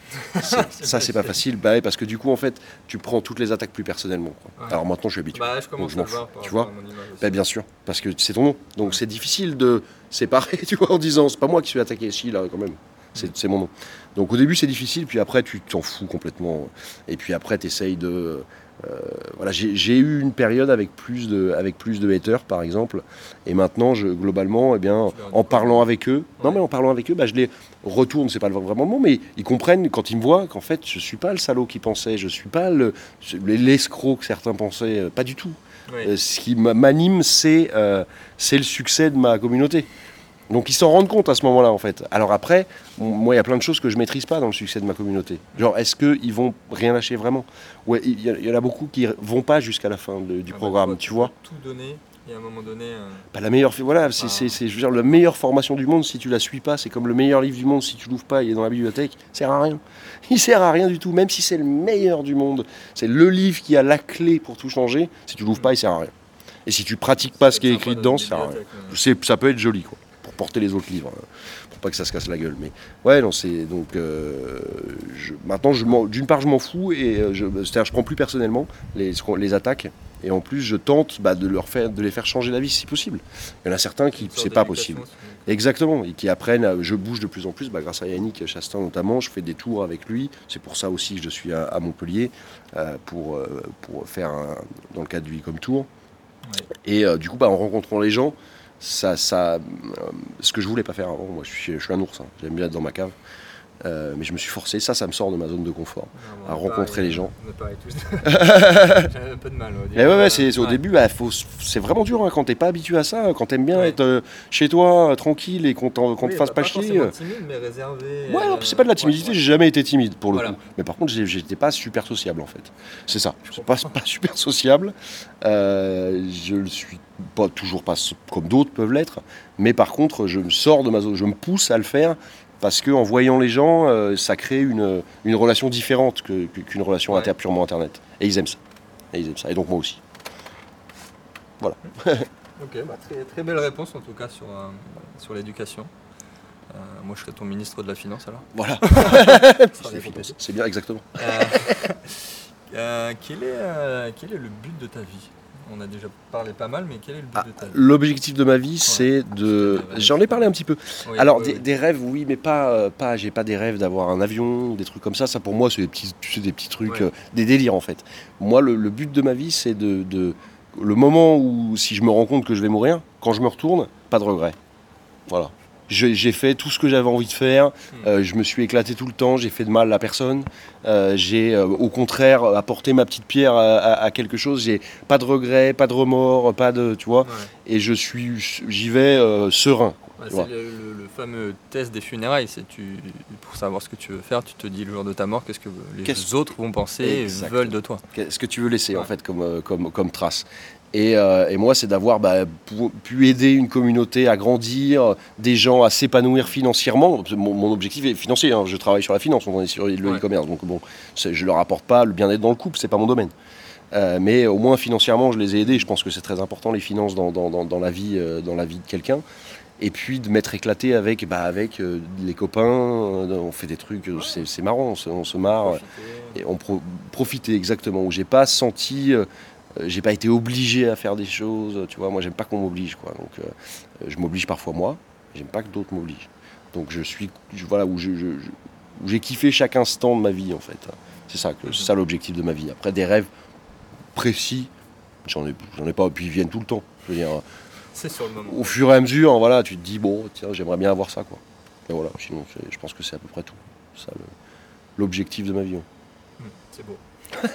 C'est- ça c'est pas facile, bah, ouais, parce que du coup en fait tu prends toutes les attaques plus personnellement. Quoi. Ouais. Alors maintenant je suis habitué. Bah, je Donc, commence je à m'en le fous, voir par tu rapport vois. à mon image aussi. Bah, bien sûr, parce que c'est ton nom. Donc Ouais. c'est difficile de séparer, tu vois, en disant c'est pas moi qui suis attaqué, si là quand même, c'est c'est mon nom. Donc au début c'est difficile, puis après tu t'en fous complètement. Et puis après tu essayes de. euh, voilà, j'ai j'ai eu une période avec plus de, avec plus de haters par exemple, et maintenant je, globalement, eh bien, Tu leur dis en quoi, parlant avec eux, non Ouais. mais en parlant avec eux, bah, je les retourne, c'est pas le- vraiment le mot, mais ils comprennent quand ils me voient qu'en fait je suis pas le salaud qu'ils pensaient, je suis pas le l'escroc que certains pensaient, euh, pas du tout. Ouais. Euh, ce qui m'a- m'anime, c'est euh, c'est le succès de ma communauté. Donc ils s'en rendent compte à ce moment-là, en fait. Alors après, m- moi, il y a plein de choses que je maîtrise pas dans le succès de ma communauté. Genre, est-ce qu'ils vont rien lâcher vraiment? Ouais, il y, a- il y en a beaucoup qui vont pas jusqu'à la fin de- du Ah bah, programme, toi, tu peux vois. Tout donner et à un moment donné. euh, Bah, la meilleure, voilà, c'est, Ah. c'est, c'est, je veux dire, la meilleure formation du monde, si tu la suis pas, c'est comme le meilleur livre du monde, si tu l'ouvres pas, il est dans la bibliothèque, il sert à rien. Il sert à rien du tout, même si c'est le meilleur du monde. C'est le livre qui a la clé pour tout changer. Si tu l'ouvres pas, il sert à rien. Et si tu pratiques pas ce qui est sympa écrit dans dedans, une ça sert à rien. bibliothèque, euh. C'est, ça peut être joli, quoi, pour porter les autres livres, hein, pour pas que ça se casse la gueule. Mais ouais, non, c'est donc euh, je- maintenant, je m'en- d'une part, je m'en fous et euh, je, c'est-à-dire, je prends plus personnellement les, ce qu'on- les attaques. Et en plus, je tente bah, de leur faire, de les faire changer d'avis si possible. Il y en a certains qui, Une sorte c'est pas d'éducation, possible. c'est- Exactement, et qui apprennent, à- je bouge de plus en plus, bah, grâce à Yannick Chastain notamment, je fais des tours avec lui, c'est pour ça aussi que je suis à, à Montpellier, euh, pour, euh, pour faire, un- dans le cadre du Ecom Tour. Ouais. Et euh, du coup, bah, en rencontrant les gens, ça, ça, euh, ce que je voulais pas faire avant, moi je suis, je suis un ours, hein, j'aime bien être dans ma cave, euh, mais je me suis forcé, ça, ça me sort de ma zone de confort. Non, À on est rencontrer pareil, les gens. On est pareil tous. J'avais un peu de mal. au début. Mais ouais, ouais, c'est, c'est au Ouais. début, bah, faut, c'est vraiment dur hein, quand t'es pas habitué à ça, quand t'aimes bien Ouais. être euh, chez toi, euh, tranquille et qu'on, t'en- qu'on Oui, te fasse bah, pas chier. forcément euh. timide, mais réservé. Ouais, non, euh, c'est pas de la timidité, ouais, ouais. j'ai jamais été timide pour le Voilà. coup. Mais par contre, j'ai- j'étais pas super sociable en fait. C'est ça, je suis comprends. pas, pas super sociable. Euh, je le suis pas toujours pas so- comme d'autres peuvent l'être. Mais par contre, je me sors de ma zone, je me pousse à le faire parce que en voyant les gens, euh, ça crée une, une relation différente que- que- qu'une relation Ouais. inter, purement internet. Et ils aiment ça. Et ils aiment ça. Et donc moi aussi. Ok, bah, très, très belle réponse en tout cas sur, euh, sur l'éducation. Euh, moi je serais ton ministre de la Finance alors. Voilà. Ça sera C'est des compétences. c'est bien, exactement. Euh, euh, quel, est, euh, quel est le but de ta vie? On a déjà parlé pas mal, mais quel est le but Ah, de ta vie? l'objectif de ma vie, c'est de. C'était des rêves. J'en ai parlé un petit peu. Oui, Alors oui, des, oui. des rêves, oui, mais pas, euh, pas. J'ai pas des rêves d'avoir un avion, des trucs comme ça. Ça pour moi, c'est des petits, tu sais, des petits trucs, Ouais. euh, des délires en fait. Moi, le, le but de ma vie, c'est de, de- le moment où, si je me rends compte que je vais mourir, quand je me retourne, pas de regret. Voilà. Je- j'ai fait tout ce que j'avais envie de faire, euh, je me suis éclaté tout le temps, j'ai fait de mal à personne, euh, j'ai euh, au contraire apporté ma petite pierre à, à- à quelque chose, j'ai pas de regrets, pas de remords, pas de, tu vois, Ouais. et je suis, j'y vais euh, serein. Ouais, Tu vois. c'est le, le- le fameux test des funérailles. C'est tu, pour savoir ce que tu veux faire, tu te dis le jour de ta mort, qu'est-ce que les Qu'est-ce- autres vont penser et Exactement. veulent de toi. Qu'est-ce que tu veux laisser en Ouais. fait comme, euh, comme, comme trace. Et, euh, et moi, c'est d'avoir bah, pu, pu aider une communauté à grandir, des gens à s'épanouir financièrement. Mon, mon objectif est financier, hein. Je travaille sur la finance, on est sur le Ouais. e-commerce, donc bon, c'est- je leur apporte pas le bien-être dans le couple, c'est pas mon domaine. Euh, mais au moins financièrement, je les ai aidés. Je pense que c'est très important les finances dans, dans, dans, dans la vie, euh, dans la vie de quelqu'un. Et puis de m'être éclaté avec, bah, avec euh, les copains, euh, on fait des trucs, euh, c'est, c'est marrant, on se, on se marre. Profiter. Et on pro- profitait exactement, où j'ai pas senti, euh, euh, j'ai pas été obligé à faire des choses, tu vois, moi j'aime pas qu'on m'oblige, quoi, donc euh, je m'oblige parfois moi, j'aime pas que d'autres m'obligent. Donc je suis, je- voilà, où, je, je- je- où j'ai kiffé chaque instant de ma vie en fait. C'est ça, que, c'est ça l'objectif de ma vie. Après des rêves précis, j'en ai, j'en ai pas, puis ils viennent tout le temps. Je veux dire, C'est sur le moment. au fur et à mesure, voilà, tu te dis bon, tiens, j'aimerais bien avoir ça, quoi. Et voilà, sinon c'est- je pense que c'est à peu près tout. Ça, le- l'objectif de ma vie. hein. Hum, C'est beau.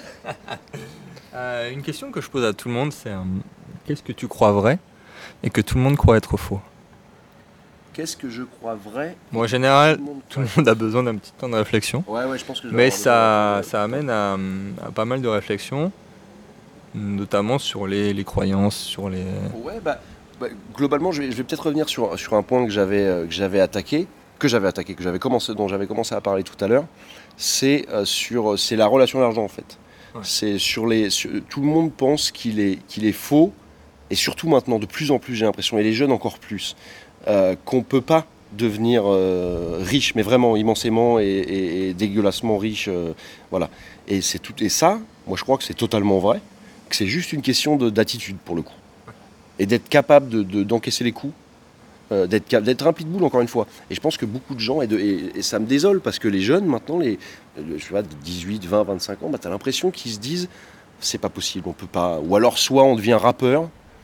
Euh, une question que je pose à tout le monde, c'est euh, qu'est-ce que tu crois vrai et que tout le monde croit être faux? Qu'est-ce que je crois vrai? Bon, en général, Tout le monde tout le croit. monde a besoin d'un petit temps de réflexion, Ouais, ouais, je pense que je vais mais avoir ça, besoin de- ça amène à, à pas mal de réflexions, notamment sur les, les croyances, sur les... Ouais, bah, bah, globalement, je vais, je vais peut-être revenir sur, sur un point que j'avais euh, que j'avais attaqué, que j'avais attaqué, que j'avais commencé, dont j'avais commencé à parler tout à l'heure. C'est euh, sur, c'est la relation à l'argent en fait. Ouais. C'est sur les, sur- tout le monde pense qu'il est, qu'il est faux, et surtout maintenant, de plus en plus, j'ai l'impression, et les jeunes encore plus, euh, qu'on peut pas devenir euh, riche, mais vraiment immensément et, et- et dégueulassement riche, euh, voilà. Et c'est tout, et ça, moi je crois que c'est totalement vrai, que c'est juste une question de- d'attitude pour le coup, et d'être capable de, de- d'encaisser les coups, euh, d'être, cap- d'être un pitbull encore une fois. Et je pense que beaucoup de gens, et, de- et- et ça me désole, parce que les jeunes maintenant, les, le- je sais pas, de dix-huit, vingt, vingt-cinq ans, bah, tu as l'impression qu'ils se disent, c'est pas possible, on peut pas. Ou alors soit on devient rappeur,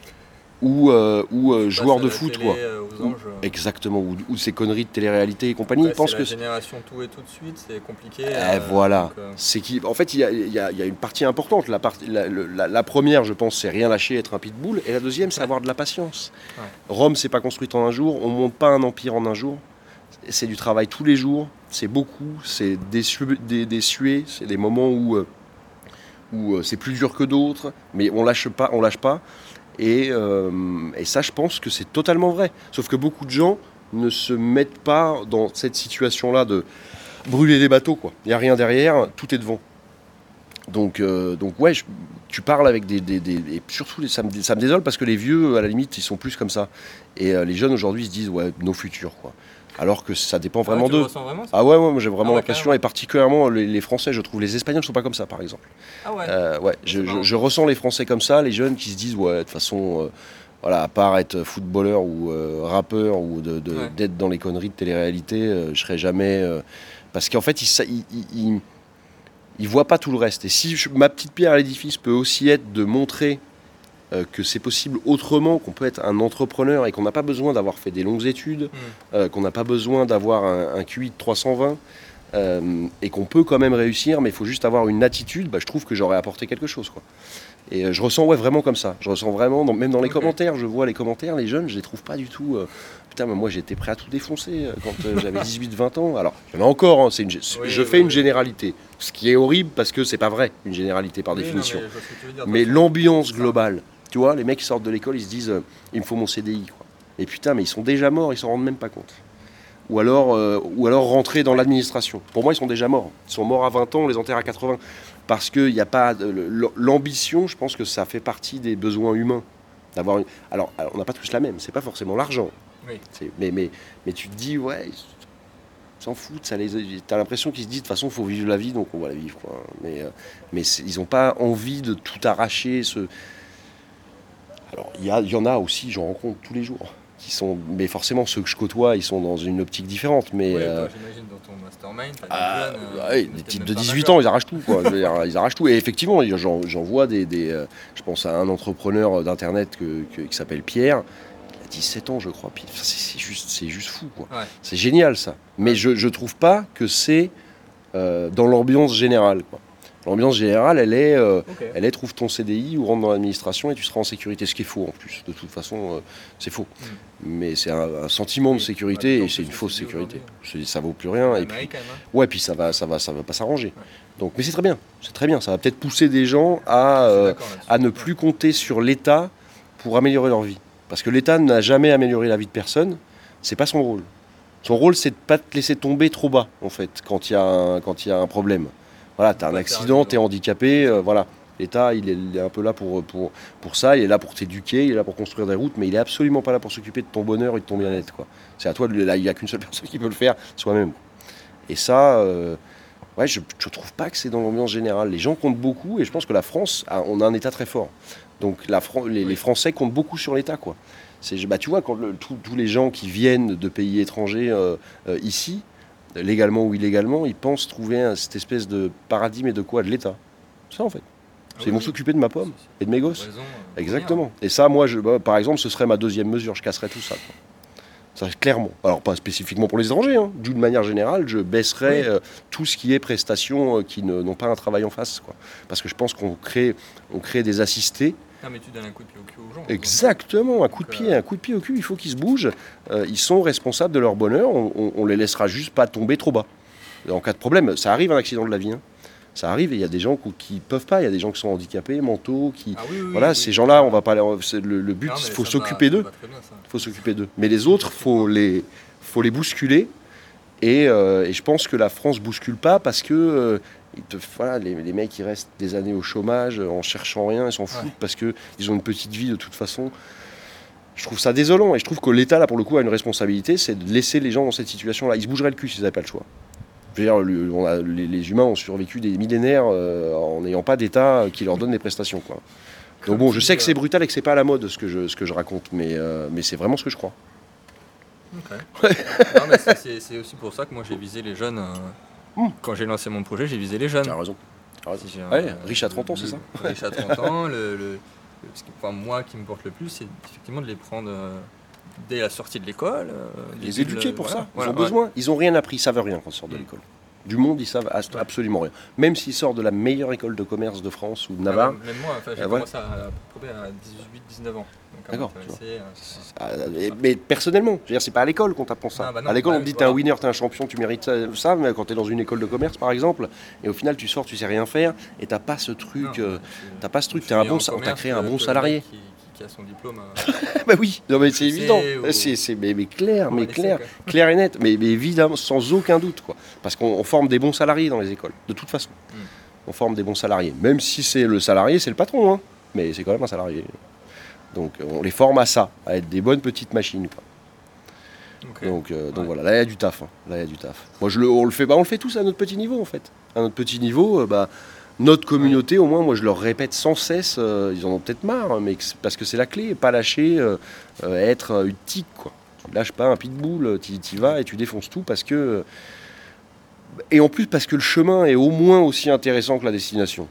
ou, euh, ou euh, joueur Passe à de la foot, télé, quoi. euh, aux Ou- anges, euh. Exactement, ou, ou ces conneries de télé-réalité et compagnie, Après, ils pensent c'est que... la génération tout et tout de suite, c'est compliqué. Eh, euh, voilà, donc, euh, c'est qui. En fait, il y a, il y a- il y a une partie importante. La, partie- la, le- la- la première, je pense, c'est rien lâcher, être un pitbull. Et la deuxième, c'est Ouais. avoir de la patience. Ouais. Rome, c'est pas construite en un jour. On monte pas un empire en un jour. C'est du travail tous les jours. C'est beaucoup. C'est des, su- des, des suées. C'est des moments où, euh, où euh, c'est plus dur que d'autres. Mais on lâche pas. On lâche pas. Et, euh, et ça, je pense que c'est totalement vrai. Sauf que beaucoup de gens ne se mettent pas dans cette situation-là de brûler des bateaux, quoi. Il n'y a rien derrière, tout est devant. Donc, euh, donc ouais, je- tu parles avec des... des- des- et surtout, les- ça me, ça me désole parce que les vieux, à la limite, ils sont plus comme ça. Et euh, les jeunes, aujourd'hui, ils se disent, ouais, nos futurs, quoi. Alors que ça dépend ah ouais, vraiment tu le d'eux. ressens vraiment, ça Ah ouais, ouais, moi j'ai vraiment Ah ouais, l'impression, carrément. et particulièrement les, les Français, je trouve, les Espagnols ne sont pas comme ça, par exemple. Ah ouais. Euh, ouais, je, C'est je- marrant. je ressens les Français comme ça, les jeunes qui se disent, ouais, de toute façon, euh, voilà, à part être footballeur ou euh, rappeur ou de, de- Ouais. d'être dans les conneries de télé-réalité, euh, je serai jamais. euh, parce qu'en fait, ils, sa- ils, ils, ils- ils voient pas tout le reste. Et si je- ma petite pierre à l'édifice peut aussi être de montrer euh, que c'est possible autrement, qu'on peut être un entrepreneur et qu'on n'a pas besoin d'avoir fait des longues études, Mm. euh, qu'on n'a pas besoin d'avoir un, un Q I de trois cent vingt. euh, et qu'on peut quand même réussir, mais il faut juste avoir une attitude, bah, je trouve que j'aurais apporté quelque chose, quoi. Et euh, je ressens ouais, vraiment comme ça. Je ressens vraiment, dans- même dans les Ok. commentaires, je vois les commentaires, les jeunes, je les trouve pas du tout. euh, putain, mais moi j'étais prêt à tout défoncer euh, quand euh, j'avais dix-huit vingt ans. Alors, il y en a encore, hein, c'est une, gé- Oui, je oui, fais une oui. généralité. Ce qui est horrible parce que c'est pas vrai, une généralité par Oui, non, définition. mais je vois ce que tu veux dire, de Mais toute façon. l'ambiance C'est ça. globale, tu vois, les mecs qui sortent de l'école, ils se disent, euh, il me faut mon C D I, quoi. Et putain, mais ils sont déjà morts, ils s'en rendent même pas compte. Ou alors, euh, ou alors rentrer dans l'administration. Pour moi, ils sont déjà morts. Ils sont morts à vingt ans, on les enterre à quatre-vingts. Parce qu'il n'y a pas... de- le- l'ambition, je pense que ça fait partie des besoins humains. D'avoir une... alors, alors, on n'a pas tous la même, c'est pas forcément l'argent. Oui. C'est- Mais, mais, mais tu te dis, ouais, ils s'en foutent. Ça les... T'as l'impression qu'ils se disent, de toute façon, il faut vivre la vie, donc on va la vivre, quoi. Mais, euh, mais c'est- ils n'ont pas envie de tout arracher. Ce... Alors, il y, a- il y en a aussi, j'en rencontre tous les jours. Qui sont... Mais forcément, ceux que je côtoie, ils sont dans une optique différente. Mais, Ouais, euh, toi, j'imagine dans ton mastermind, t'as des ah, jeunes, euh, ouais, qui des n'étaient types même de pas dix-huit majeurs. ans, ils arrachent tout, quoi. Je veux dire, ils arrachent tout. Et effectivement, j'en, j'en vois des, des, euh, je pense à un entrepreneur d'internet que, que- qui s'appelle Pierre. Il a dix-sept ans, je crois. Puis, c'est, c'est, juste, c'est juste fou, quoi. Ouais. C'est génial, ça. Mais je ne trouve pas que c'est euh, dans l'ambiance générale, quoi. L'ambiance générale, elle est, euh, Okay. elle est trouve ton C D I ou rentre dans l'administration et tu seras en sécurité. Ce qui est faux, en plus. De toute façon, euh, c'est faux. Mm. Mais c'est un, un sentiment oui. de sécurité ouais, et c'est une fausse sécurité. C'est, ça vaut plus rien. Ouais, et puis, même, hein. Ouais, puis ça va, ça va, ça va pas s'arranger. Ouais. Donc, mais c'est très bien. C'est très bien. Ça va peut-être pousser des gens à, euh, à ne plus compter sur l'État pour améliorer leur vie. Parce que l'État n'a jamais amélioré la vie de personne. C'est pas son rôle. Son rôle, c'est de pas te laisser tomber trop bas, en fait, quand il y a un, quand il y a un problème. Voilà, tu as un accident, tu es handicapé, euh, voilà. L'État, il est, il est un peu là pour, pour, pour ça, il est là pour t'éduquer, il est là pour construire des routes, mais il est absolument pas là pour s'occuper de ton bonheur et de ton bien-être, quoi. C'est à toi, de, là, il n'y a qu'une seule personne qui peut le faire, soi-même. Et ça, euh, ouais, je ne trouve pas que c'est dans l'ambiance générale. Les gens comptent beaucoup, et je pense que la France, a, on a un État très fort. Donc la, les, les Français comptent beaucoup sur l'État, quoi. C'est, bah, tu vois, quand le, tous les gens qui viennent de pays étrangers euh, euh, ici, légalement ou illégalement, ils pensent trouver un, cette espèce de paradigme et de quoi de l'État. C'est ça, en fait. Ah c'est, ils vont oui. s'occuper de ma pomme et de mes gosses. Raison, euh, Exactement. Et ça, moi, je, bah, par exemple, ce serait ma deuxième mesure. Je casserais tout ça, quoi. Ça, clairement. Alors, pas spécifiquement pour les étrangers. Hein. D'une manière générale, je baisserais oui. euh, tout ce qui est prestations euh, qui ne, n'ont pas un travail en face, quoi. Parce que je pense qu'on crée, on crée des assistés. Ah, mais tu donnes un coup de pied au cul aux gens. Exactement, un coup de pied, un coup de pied au cul, il faut qu'ils se bougent. Euh, ils sont responsables de leur bonheur, on, on, on les laissera juste pas tomber trop bas. En cas de problème, ça arrive un accident de la vie, hein. Ça arrive et il y a des gens qui ne peuvent pas, il y a des gens qui sont handicapés, mentaux, qui... Ah oui, oui, voilà, oui, ces oui, gens-là, on va pas... C'est le, le but, il faut s'occuper va, d'eux. Il faut s'occuper d'eux. Mais les autres, il faut les, faut les bousculer. Et, euh, et je pense que la France ne bouscule pas parce que... Euh, Te, voilà, les, les mecs, ils restent des années au chômage en cherchant rien, ils s'en foutent ouais. parce qu'ils ont une petite vie de toute façon. Je trouve ça désolant et je trouve que l'État, là, pour le coup, a une responsabilité, c'est de laisser les gens dans cette situation-là. Ils se bougeraient le cul s'ils n'avaient pas le choix. Je veux dire, le, on a, les, les humains ont survécu des millénaires euh, en n'ayant pas d'État qui leur donne des prestations, quoi. Donc bon, je sais que c'est brutal et que c'est pas à la mode ce que je, ce que je raconte, mais, euh, mais c'est vraiment ce que je crois. Okay. Non, mais c'est, c'est, c'est aussi pour ça que moi j'ai visé les jeunes. Euh... Mmh. Quand j'ai lancé mon projet, j'ai visé les jeunes. Tu as raison. Tu as raison. Si ouais, euh, riche à trente ans, le, c'est ça Riche à trente ans. Le, le, le, ce qui, enfin, moi, qui me porte le plus, c'est effectivement de les prendre euh, dès la sortie de l'école. Euh, les éduquer pour voilà, ça. Ils voilà, ont besoin. Ouais. Ils n'ont rien appris. Ils ne savent rien quand ils sortent mmh. de l'école. Du monde, ils savent absolument rien. Même s'ils sortent de la meilleure école de commerce de France ou de Navarre. Ah, même moi, enfin, j'ai euh, commencé ouais. à prober à dix-huit dix-neuf ans. Donc, d'accord. Euh, ah, mais personnellement, je veux dire, c'est pas à l'école qu'on t'apprend ça. Ah, bah non, à l'école, bah, on te dit voilà. T'es un winner, t'es un champion, tu mérites ça. Mais quand t'es dans une école de commerce, par exemple, et au final, tu sors, tu sais rien faire, et t'as pas ce truc. Non, euh, t'as pas ce truc. T'es un bon, on t'a créé un bon salarié. Qui, qui a son diplôme. Bah oui, non mais c'est évident. Ou... C'est, c'est mais, mais clair, mais clair, essais, clair et net, mais, mais évidemment, sans aucun doute, quoi. Parce qu'on forme des bons salariés dans les écoles, de toute façon. Mm. On forme des bons salariés, même si c'est le salarié, c'est le patron, hein. Mais c'est quand même un salarié. Donc on les forme à ça, à être des bonnes petites machines, quoi. Okay. Donc, euh, donc ouais. voilà, là il y a du taf, hein. Là il y a du taf. Moi je le, on le fait, bah, on le fait tous à notre petit niveau en fait. À notre petit niveau, euh, bah. Notre communauté, au moins, moi je leur répète sans cesse, euh, ils en ont peut-être marre, hein, mais parce que c'est la clé, pas lâcher, euh, euh, être une tique, quoi. Tu lâches pas un pitbull, tu y vas et tu défonces tout parce que. Et en plus, parce que le chemin est au moins aussi intéressant que la destination.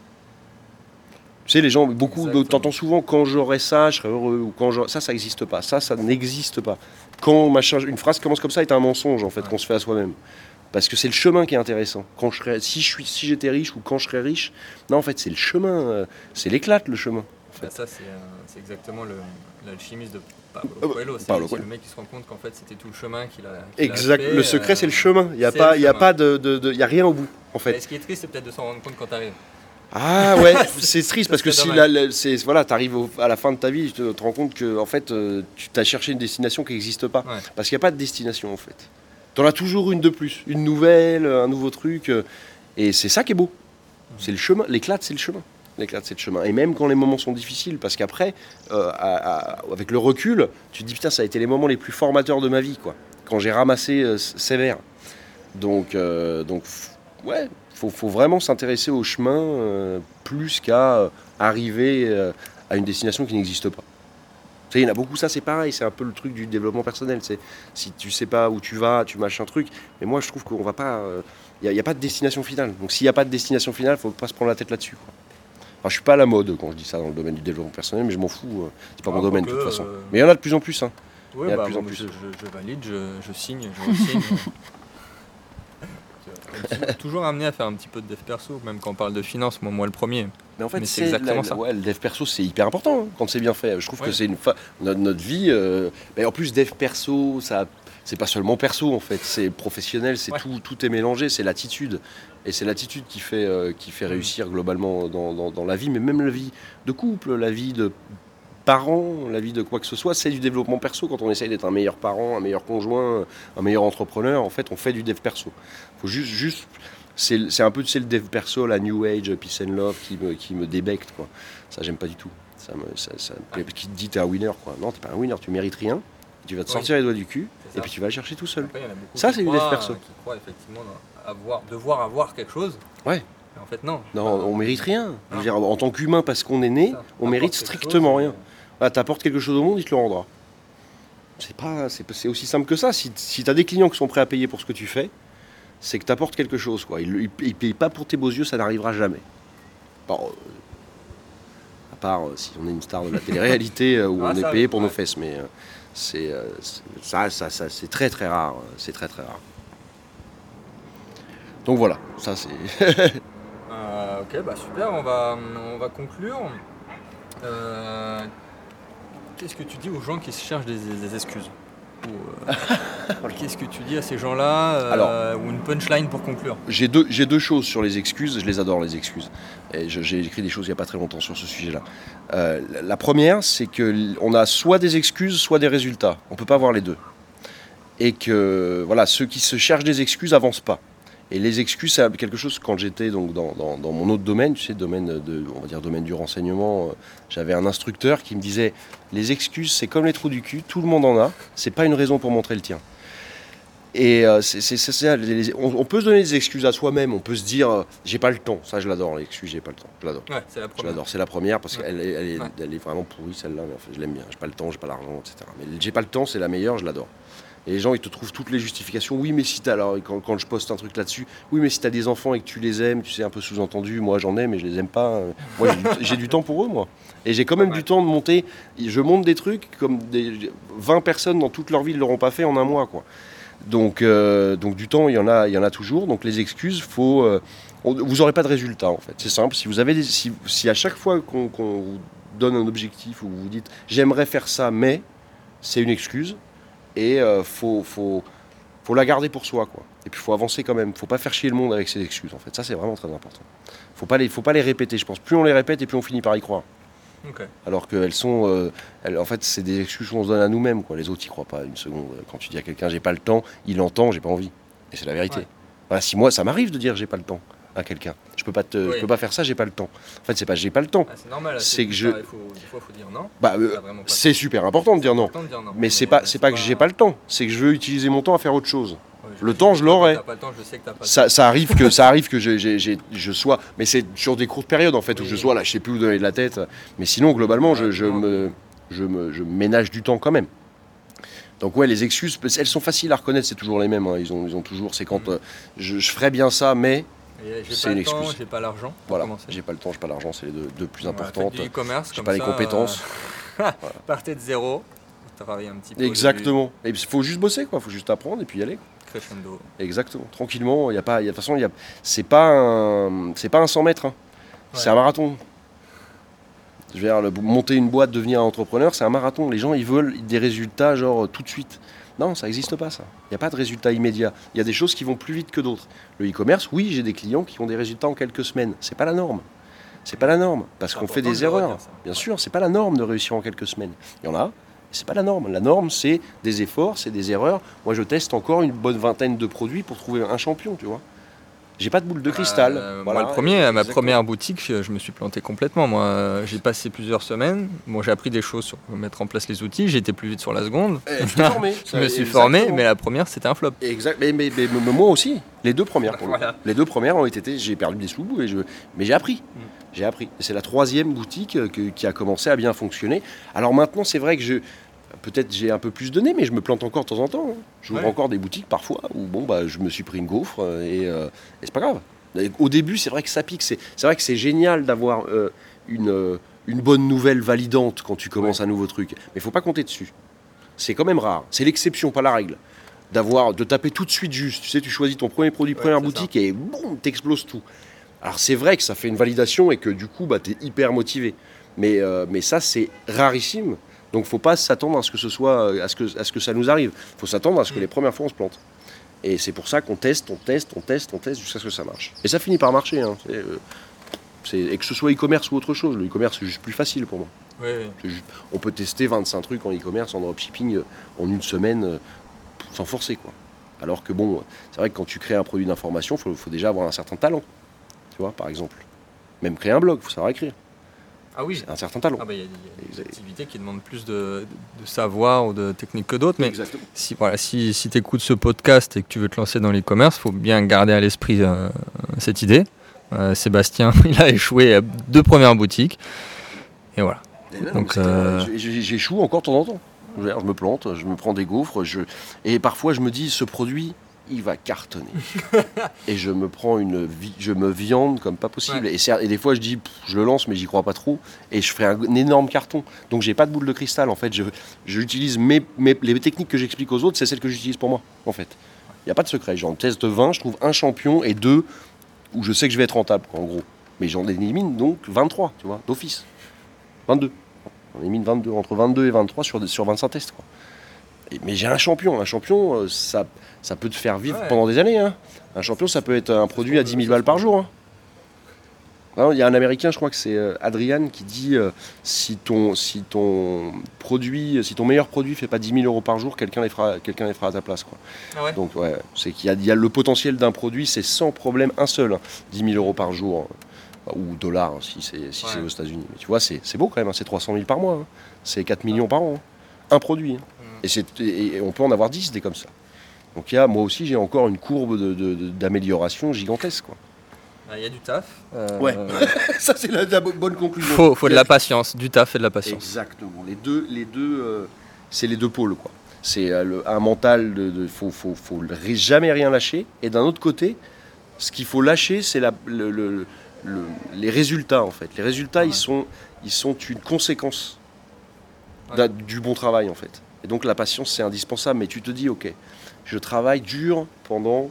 Tu sais, les gens, beaucoup, Exactement. T'entends souvent quand j'aurai ça, je serai heureux, ou quand j'aurai... Ça, ça n'existe pas. Ça, ça n'existe pas. Quand machin, une phrase commence comme ça est un mensonge, en fait, ouais. qu'on se fait à soi-même. Parce que c'est le chemin qui est intéressant. Quand je serais, si, je suis, si j'étais riche ou quand je serais riche, non, en fait, c'est le chemin. Euh, c'est l'éclate, le chemin. En fait. Bah ça, c'est, euh, c'est exactement le, l'alchimiste de Paulo Coelho. C'est, Paulo c'est le mec qui se rend compte qu'en fait, c'était tout le chemin qu'il a, qu'il exact. a fait. Le secret, euh, c'est le chemin. Il n'y a, pas, y a, pas de, de, de, y a rien au bout, en fait. Mais ce qui est triste, c'est peut-être de s'en rendre compte quand tu arrives. Ah ouais, c'est triste parce que si la, la, c'est, voilà, tu arrives à la fin de ta vie, tu te, te rends compte que en fait, euh, tu t'as cherché une destination qui n'existe pas. Ouais. Parce qu'il n'y a pas de destination, en fait. T'en as toujours une de plus, une nouvelle, un nouveau truc. Et c'est ça qui est beau. C'est le chemin. L'éclate, c'est le chemin. L'éclate, c'est le chemin. Et même quand les moments sont difficiles, parce qu'après, euh, à, à, avec le recul, tu te dis, putain, ça a été les moments les plus formateurs de ma vie, quoi. Quand j'ai ramassé euh, sévère. Donc, euh, donc ouais, faut, faut vraiment s'intéresser au chemin euh, plus qu'à euh, arriver euh, à une destination qui n'existe pas. Il y en a beaucoup, ça c'est pareil, c'est un peu le truc du développement personnel. C'est, si tu sais pas où tu vas, tu mâches un truc. Mais moi je trouve qu'on va pas. Il euh, n'y a, a pas de destination finale. Donc s'il n'y a pas de destination finale, il ne faut pas se prendre la tête là-dessus, quoi. Enfin, je suis pas à la mode quand je dis ça dans le domaine du développement personnel, mais je m'en fous. Euh, c'est pas ah, mon domaine de toute façon. Euh... Mais il y en a de plus en plus. Hein. Oui, Il y a de bah, plus en moi, plus. Je, je- je valide, je, je signe, je re-signe. Euh, Toujours amené à faire un petit peu de dev perso, même quand on parle de finance, moi, moi le premier. Mais en fait, Mais c'est c'est exactement la- ça. ouais, le dev perso, c'est hyper important hein, quand c'est bien fait. Je trouve Ouais. que c'est une fa... notre, notre vie. euh, Mais en plus, dev perso, ça, c'est pas seulement perso en fait, c'est professionnel, c'est Ouais. tout, tout est mélangé, c'est l'attitude. Et c'est l'attitude qui fait, euh, qui fait Mm. réussir globalement dans, dans- dans la vie, mais même la vie de couple, la vie de parents, la vie de quoi que ce soit, c'est du développement perso. Quand on essaye d'être un meilleur parent, un meilleur conjoint, un meilleur entrepreneur, en fait, on fait du dev perso. Faut juste, juste c'est, c'est un peu tu sais, le dev perso, la New Age, Peace and Love, qui me, qui me débecte. Quoi. Ça, j'aime pas du tout. Ça me, ça, ça me plaît. Qui te dit t'es un winner. Quoi. Non, t'es pas un winner, tu mérites rien. Tu vas te Oui. sortir les doigts du cul, C'est ça. et puis tu vas le chercher tout seul. Après, il y en a beaucoup Ça, qui c'est du dev croient, perso. euh, Qui croient effectivement dans avoir, devoir avoir quelque chose. Ouais. Mais en fait, non. Non, Enfin, on mérite rien. Je veux non. dire, en tant qu'humain, parce qu'on est né, ça. on Apporte mérite quelque strictement chose, rien. et- Voilà, t'apportes quelque chose au monde, il te le rendra. C'est pas, c'est, c'est aussi simple que ça. Si, si t'as des clients qui sont prêts à payer pour ce que tu fais, c'est que t'apportes quelque chose. Quoi. Ils, ils, ils payent pas pour tes beaux yeux, ça n'arrivera jamais. Bon, euh, à part euh, si on est une star de la télé-réalité euh, où Ah, on ça est payé arrive, pour ouais. nos fesses, mais euh, c'est, euh, c'est- ça, ça, ça, c'est très très rare. euh, C'est très très rare. Donc voilà, ça c'est. Euh, ok, bah super, on va, on va conclure. Euh, qu'est-ce que tu dis aux gens qui se cherchent des, des excuses Ou, euh, qu'est-ce que tu dis à ces gens-là euh, Alors. ou une punchline pour conclure? J'ai deux, j'ai deux choses sur les excuses, je les adore les excuses. Et je- j'ai écrit des choses il n'y a pas très longtemps sur ce sujet-là. Euh, la- la première, c'est qu'on a soit des excuses, soit des résultats. On ne peut pas avoir les deux. Et que voilà, ceux qui se cherchent des excuses n'avancent pas. Et les excuses, c'est quelque chose, quand j'étais donc dans, dans- dans mon autre domaine, tu sais, domaine de, on va dire domaine du renseignement, euh, j'avais un instructeur qui me disait, les excuses, c'est comme les trous du cul, tout le monde en a, c'est pas une raison pour montrer le tien. Et euh, c'est, c'est- c'est ça, les- les- on, on peut se donner des excuses à soi-même, on peut se dire euh, j'ai pas le temps, ça je l'adore, les excuses j'ai pas le temps, je l'adore. Ouais, c'est la Je première. l'adore, c'est la première parce Ouais. qu'elle est, elle est, Ouais. elle est vraiment pourrie celle-là, mais enfin, je l'aime bien, j'ai pas le temps, j'ai pas l'argent, et cetera. Mais j'ai pas le temps, c'est la meilleure, je l'adore. Et les gens ils te trouvent toutes les justifications, oui mais si t'as, alors quand, quand je poste un truc là-dessus, oui mais si t'as des enfants et que tu les aimes, tu sais un peu sous-entendu, moi j'en ai mais je les aime pas, euh, moi j'ai du, j'ai du temps pour eux moi. Et j'ai quand même Ouais. du temps de monter, je monte des trucs comme des, vingt personnes dans toute leur vie ne l'auront pas fait en un mois quoi. Donc, euh, donc du temps, il y en a, il y en a toujours. Donc les excuses, faut, euh, on- vous n'aurez pas de résultat en fait. C'est simple. Si vous avez, des, si, si à chaque fois qu'on, qu'on vous donne un objectif ou vous vous dites j'aimerais faire ça, mais c'est une excuse et euh, faut, faut, faut la garder pour soi quoi. Et puis faut avancer quand même. Faut pas faire chier le monde avec ses excuses en fait. Ça c'est vraiment très important. Faut pas les, faut pas les répéter. Je pense plus on les répète et plus on finit par y croire. Ok. Alors qu'elles sont, euh, elles- en fait, c'est des excuses qu'on se donne à nous-mêmes. Quoi. Les autres, ils croient pas une seconde. Quand tu dis à quelqu'un, j'ai pas le temps, il entend, j'ai pas envie. Et c'est la vérité. Ouais. Voilà, si moi, ça m'arrive de dire j'ai pas le temps à quelqu'un. Je peux pas te, Oui. je peux pas faire ça, j'ai pas le temps. En fait, c'est pas j'ai pas le temps. Ah, c'est normal. C'est que je- Il faut, des fois, il faut dire non. Bah, euh, Ça a vraiment pas- c'est super important de dire non. important de dire non. Mais c'est pas, c'est pas que j'ai pas le temps. C'est que je veux utiliser mon temps à faire autre chose. Ouais, le sais temps, que je l'aurai. T'as pas le temps, je sais que t'as pas le Ça, ça arrive que ça arrive que je, j'ai- j'ai- je sois, mais c'est sur des courtes périodes en fait où Oui. je sois là, je sais plus où donner de la tête. Mais sinon, globalement, je, je Ouais, me, je me, je ménage du temps quand même. Donc ouais, les excuses, elles sont faciles à reconnaître, c'est toujours les mêmes. hein. Ils ont, ils ont toujours, c'est quand Mm. euh, je, je ferais bien ça, mais Et J'ai c'est pas une le temps, excuse. j'ai pas l'argent. pour voilà, commencer. j'ai pas le temps, j'ai pas l'argent, c'est les deux, deux plus Voilà, importantes. faites du e-commerce, J'ai comme pas les ça, compétences. euh, Partez de zéro. Travaillez un petit peu. au Exactement. Et il faut juste bosser, quoi. Faut juste apprendre et puis y aller. début, Crescendo. Exactement. Tranquillement. Il y a pas, il y a- de toute façon, il y a, c'est pas un, c'est pas un cent mètres. hein. C'est Ouais. un marathon. Je veux dire, le- monter une boîte, devenir un entrepreneur, c'est un marathon. Les gens, ils veulent des résultats genre tout de suite. Non, ça n'existe pas ça. Il n'y a pas de résultats immédiats. Il y a des choses qui vont plus vite que d'autres. Le e-commerce, oui, j'ai des clients qui ont des résultats en quelques semaines. C'est pas la norme. C'est pas la norme parce C'est qu'on fait important des de le erreurs. redire, ça. Bien sûr, c'est pas la norme de réussir en quelques semaines. Il y en a. C'est pas la norme. La norme, c'est des efforts, c'est des erreurs. Moi, je teste encore une bonne vingtaine de produits pour trouver un champion, tu vois. J'ai pas de boule de cristal. Euh, Voilà. Moi, le premier, à ma Exactement. première boutique, je, je me suis planté complètement. Moi, Euh, j'ai passé plusieurs semaines. Bon, j'ai appris des choses sur mettre en place les outils. J'ai été plus vite sur la seconde. Eh, je t'ai formé. Je me suis formé, mais la première, c'était un flop. Exact, mais, mais- mais- mais moi aussi, les deux premières pour le Voilà. coup. Les deux premières ont été, j'ai perdu des sous, et je, mais j'ai appris. J'ai appris. Et c'est la troisième boutique euh, que- qui a commencé à bien fonctionner. Alors maintenant, c'est vrai que je, peut-être j'ai un peu plus donné, mais je me plante encore de temps en temps. hein. J'ouvre Ouais. encore des boutiques parfois où bon, bah, je me suis pris une gaufre euh, et, euh, et c'est pas grave. Et au début, c'est vrai que ça pique. C'est, c'est vrai que c'est génial d'avoir euh, une, euh, une bonne nouvelle validante quand tu commences un nouveau truc. Mais il faut pas compter dessus. C'est quand même rare. C'est l'exception, pas la règle. D'avoir, de taper tout de suite juste. Tu sais, tu choisis ton premier produit, Ouais, première c'est boutique ça. et boum, t'exploses tout. Alors c'est vrai que ça fait une validation et que du coup, bah, t'es hyper motivé. Mais, euh, mais ça, c'est rarissime. Donc faut pas s'attendre à ce que ce soit, à ce que, à ce que ça nous arrive. Faut s'attendre à ce que Mm. les premières fois on se plante. Et c'est pour ça qu'on teste, on teste, on teste, on teste jusqu'à ce que ça marche. Et ça finit par marcher. Hein. C'est, euh, c'est, et que ce soit e-commerce ou autre chose, le e-commerce c'est juste plus facile pour moi. Oui, oui. C'est juste- on peut tester vingt-cinq trucs en e-commerce, en dropshipping, euh, en une semaine, euh, sans forcer, quoi. Alors que bon, c'est vrai que quand tu crées un produit d'information, il faut, faut déjà avoir un certain talent. Tu vois, par exemple. Même créer un blog, il faut savoir écrire. Ah oui. C'est un certain talent. Ah bah, il y a, il y a des activités qui demandent plus de, de savoir ou de technique que d'autres, mais Exactement. si, voilà, si, si tu écoutes ce podcast et que tu veux te lancer dans l'e-commerce, il faut bien garder à l'esprit euh, cette idée. Euh, Sébastien, il a échoué à deux premières boutiques. Et voilà. Et là, non, Donc, mais c'est euh, vrai, j'ai- j'échoue encore de temps en temps. Je veux dire, je me plante, je me prends des gaufres, je... et parfois je me dis, ce produit, il va cartonner. Et je me prends une vi- je me viande comme pas possible. Ouais. Et, c'est- et des fois je dis, pff, je le lance, mais j'y crois pas trop, et je ferai un, un énorme carton. Donc j'ai pas de boule de cristal en fait. Je, j'utilise mes, mes- les techniques que j'explique aux autres, c'est celles que j'utilise pour moi en fait. Il n'y a pas de secret. J'en teste vingt, je trouve un champion et deux où je sais que je vais être rentable, quoi, en gros. Mais j'en élimine donc vingt-trois, tu vois, d'office. vingt-deux. On élimine vingt-deux, entre vingt-deux et vingt-trois sur, des- sur vingt-cinq tests, quoi. Et- mais j'ai un champion. Un champion, euh, ça, ça peut te faire vivre Ouais. pendant des années. Hein. Un champion, ça peut être un produit à dix mille balles par jour. Hein. Hein, il y a un Américain, je crois que c'est euh, Adrian, qui dit euh, si, ton, si ton produit, si ton meilleur produit fait pas dix mille euros par jour, quelqu'un les fera, quelqu'un les fera à ta place, quoi. Ah ouais. Donc ouais, c'est qu'il y a, il y a le potentiel d'un produit, c'est sans problème un seul, hein, dix mille euros par jour, hein, ou dollars hein, si c'est si Ouais. c'est aux États-Unis. Mais tu vois, c'est c'est beau quand même, hein, c'est trois cent mille par mois, hein. C'est quatre millions par an, hein. Un produit. Hein. Mm. Et, c'est, et, et on peut en avoir dix des comme ça. Donc il y a, moi aussi, j'ai encore une courbe de, de- de- d'amélioration gigantesque, quoi. Il y a du taf. Euh, Ouais. Ça, c'est la, la bo- bonne conclusion. faut, faut de la patience, du taf et de la patience. Exactement. Les deux, les deux, euh, c'est les deux pôles, quoi. C'est euh, le- un mental de, de faut, faut, faut ré- jamais rien lâcher. Et d'un autre côté, ce qu'il faut lâcher, c'est la, le, le- le- les résultats, en fait. Les résultats, Ouais. ils sont, ils sont une conséquence Ouais. d'un- du bon travail, en fait. Et donc la patience, c'est indispensable. Mais tu te dis, ok, je travaille dur pendant.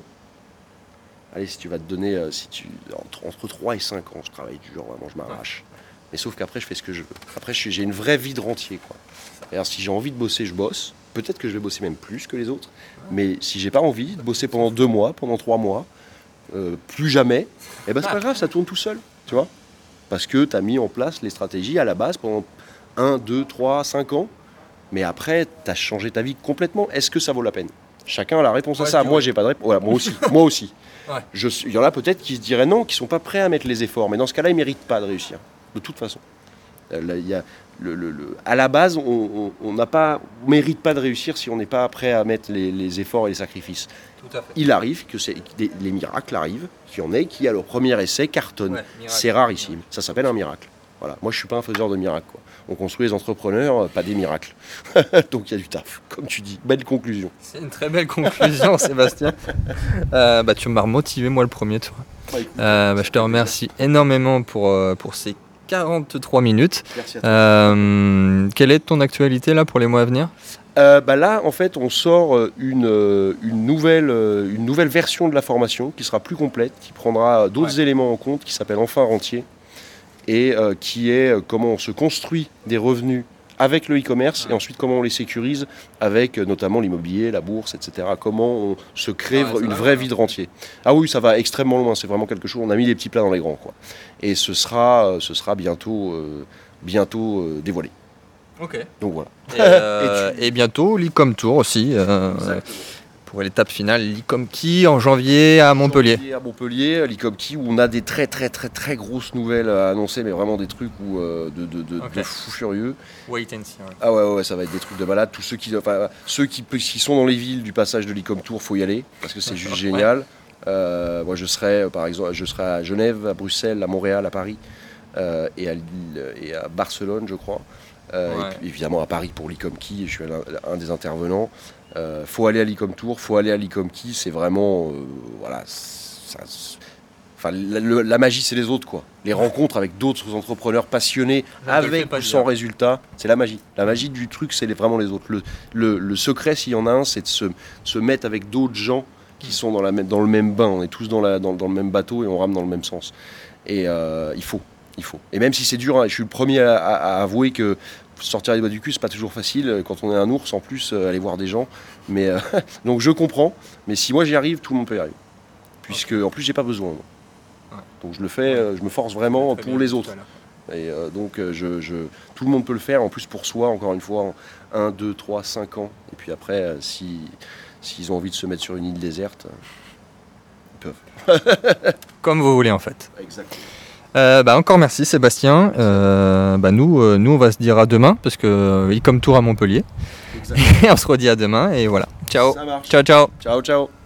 Allez, si tu vas te donner, euh, si tu, entre, entre trois et cinq ans, je travaille dur, vraiment, je m'arrache. Mais sauf qu'après, je fais ce que je veux. Après, je suis- j'ai une vraie vie de rentier, quoi. Alors, si j'ai envie de bosser, je bosse. Peut-être que je vais bosser même plus que les autres. Mais si j'ai pas envie de bosser pendant deux mois, pendant trois mois, euh, plus jamais, eh ben c'est pas grave, ça tourne tout seul, tu vois. Parce que tu as mis en place les stratégies à la base pendant un, deux, trois, cinq ans. Mais après, tu as changé ta vie complètement. Est-ce que ça vaut la peine? Chacun a la réponse à Ouais, ça. je Moi, dirais. j'ai pas de réponse. Voilà, moi aussi. Moi aussi. Ouais. Je suis- il y en a peut-être qui se diraient non, qui sont pas prêts à mettre les efforts. Mais dans ce cas-là, ils méritent pas de réussir. De toute façon. Euh, là, il y a le, le- le- à la base, on on- on n'a pas, on mérite pas de réussir si on n'est pas prêt à mettre les, les efforts et les sacrifices. Tout à fait. Il arrive que c'est, des- les miracles arrivent, qu'il y en ait qui, à leur premier essai, cartonnent. Ouais, miracle. C'est rarissime. Ça s'appelle un miracle. Voilà. Moi, je suis pas un faiseur de miracles, quoi. On construit les entrepreneurs, euh, pas des miracles. Donc, il y a du taf. Comme tu dis. Belle conclusion. C'est une très belle conclusion, Sébastien. Euh, bah, tu m'as remotivé, moi, le premier, toi. Bah, écoute, Euh, bah, je te remercie énormément pour, euh, pour ces quarante-trois minutes. Merci à toi. Euh, quelle est ton actualité là pour les mois à venir? Euh, bah là, en fait, on sort euh, une, euh, une, nouvelle, euh, une nouvelle version de la formation qui sera plus complète, qui prendra d'autres Ouais. éléments en compte, qui s'appelle Enfin Rentier, et euh, qui est euh, comment on se construit des revenus avec le e-commerce, Ouais. et ensuite comment on les sécurise avec euh, notamment l'immobilier, la bourse, et cetera. Comment on se crée Ah ouais, ça une va vraie loin. vie de rentier. Ah oui, ça va extrêmement loin, c'est vraiment quelque chose, on a mis les petits plats dans les grands, quoi. Et ce sera, euh, ce sera bientôt, euh, bientôt euh, dévoilé. Ok. Donc voilà. Et, euh, et bientôt l'e-com Tour aussi, euh, pour l'étape finale, l'e-com Key en janvier à Montpellier. Janvier à Montpellier, l'e-com-key, où on a des très très très très grosses nouvelles à annoncer, mais vraiment des trucs où, euh, de, de, de, Ok. de fous furieux. Wait and see. Ouais. Ah ouais, ouais, ouais, ça va être des trucs de malade. Tous ceux qui, enfin, ceux qui, pe- qui sont dans les villes du passage de l'e-com Tour, faut y aller, parce que c'est juste Ouais. génial. Euh, moi, je serai, euh, par exemple, je serai à Genève, à Bruxelles, à Montréal, à Paris, euh, et, à Lille, et à Barcelone, je crois. Euh, Ouais. Et puis évidemment à Paris pour l'e-com Key, je suis un, un des intervenants. Euh, faut aller à l'e-com Tour, faut aller à l'e-com Key, c'est vraiment, euh, voilà, ça, Enfin, la, le- la magie, c'est les autres, quoi. Les rencontres avec d'autres entrepreneurs passionnés, Ça te le fait avec pas ou dire. sans résultat, c'est la magie. La magie du truc, c'est les- vraiment les autres. Le, le- le secret, s'il y en a un, c'est de se, de se mettre avec d'autres gens qui sont dans, la, même- dans le même bain. On est tous dans, la, dans, dans le même bateau et on rame dans le même sens. Et euh, il faut, il faut. Et même si c'est dur, hein, je suis le premier à, à- à avouer que sortir les doigts du cul, c'est pas toujours facile. Quand on est un ours, en plus, euh, aller voir des gens. Mais euh, donc je comprends. Mais si moi j'y arrive, tout le monde peut y arriver. Puisque en plus, j'ai pas besoin. moi. Ouais. Donc je le fais, euh, je me force vraiment Très pour bien les dit autres. tout à l'heure. Et euh, donc euh, je, je- tout le monde peut le faire, en plus pour soi, encore une fois, en un, deux, trois, cinq ans. Et puis après, euh, si, s'ils ont envie de se mettre sur une île déserte, euh, ils peuvent. Comme vous voulez en fait. Exactement. Euh, bah, encore merci Sébastien. Euh, bah, nous, euh, nous on va se dire à demain parce que euh, il comme tour à Montpellier. Et on se redit à demain et voilà. Ciao. Ça marche. Ciao ciao. Ciao, ciao.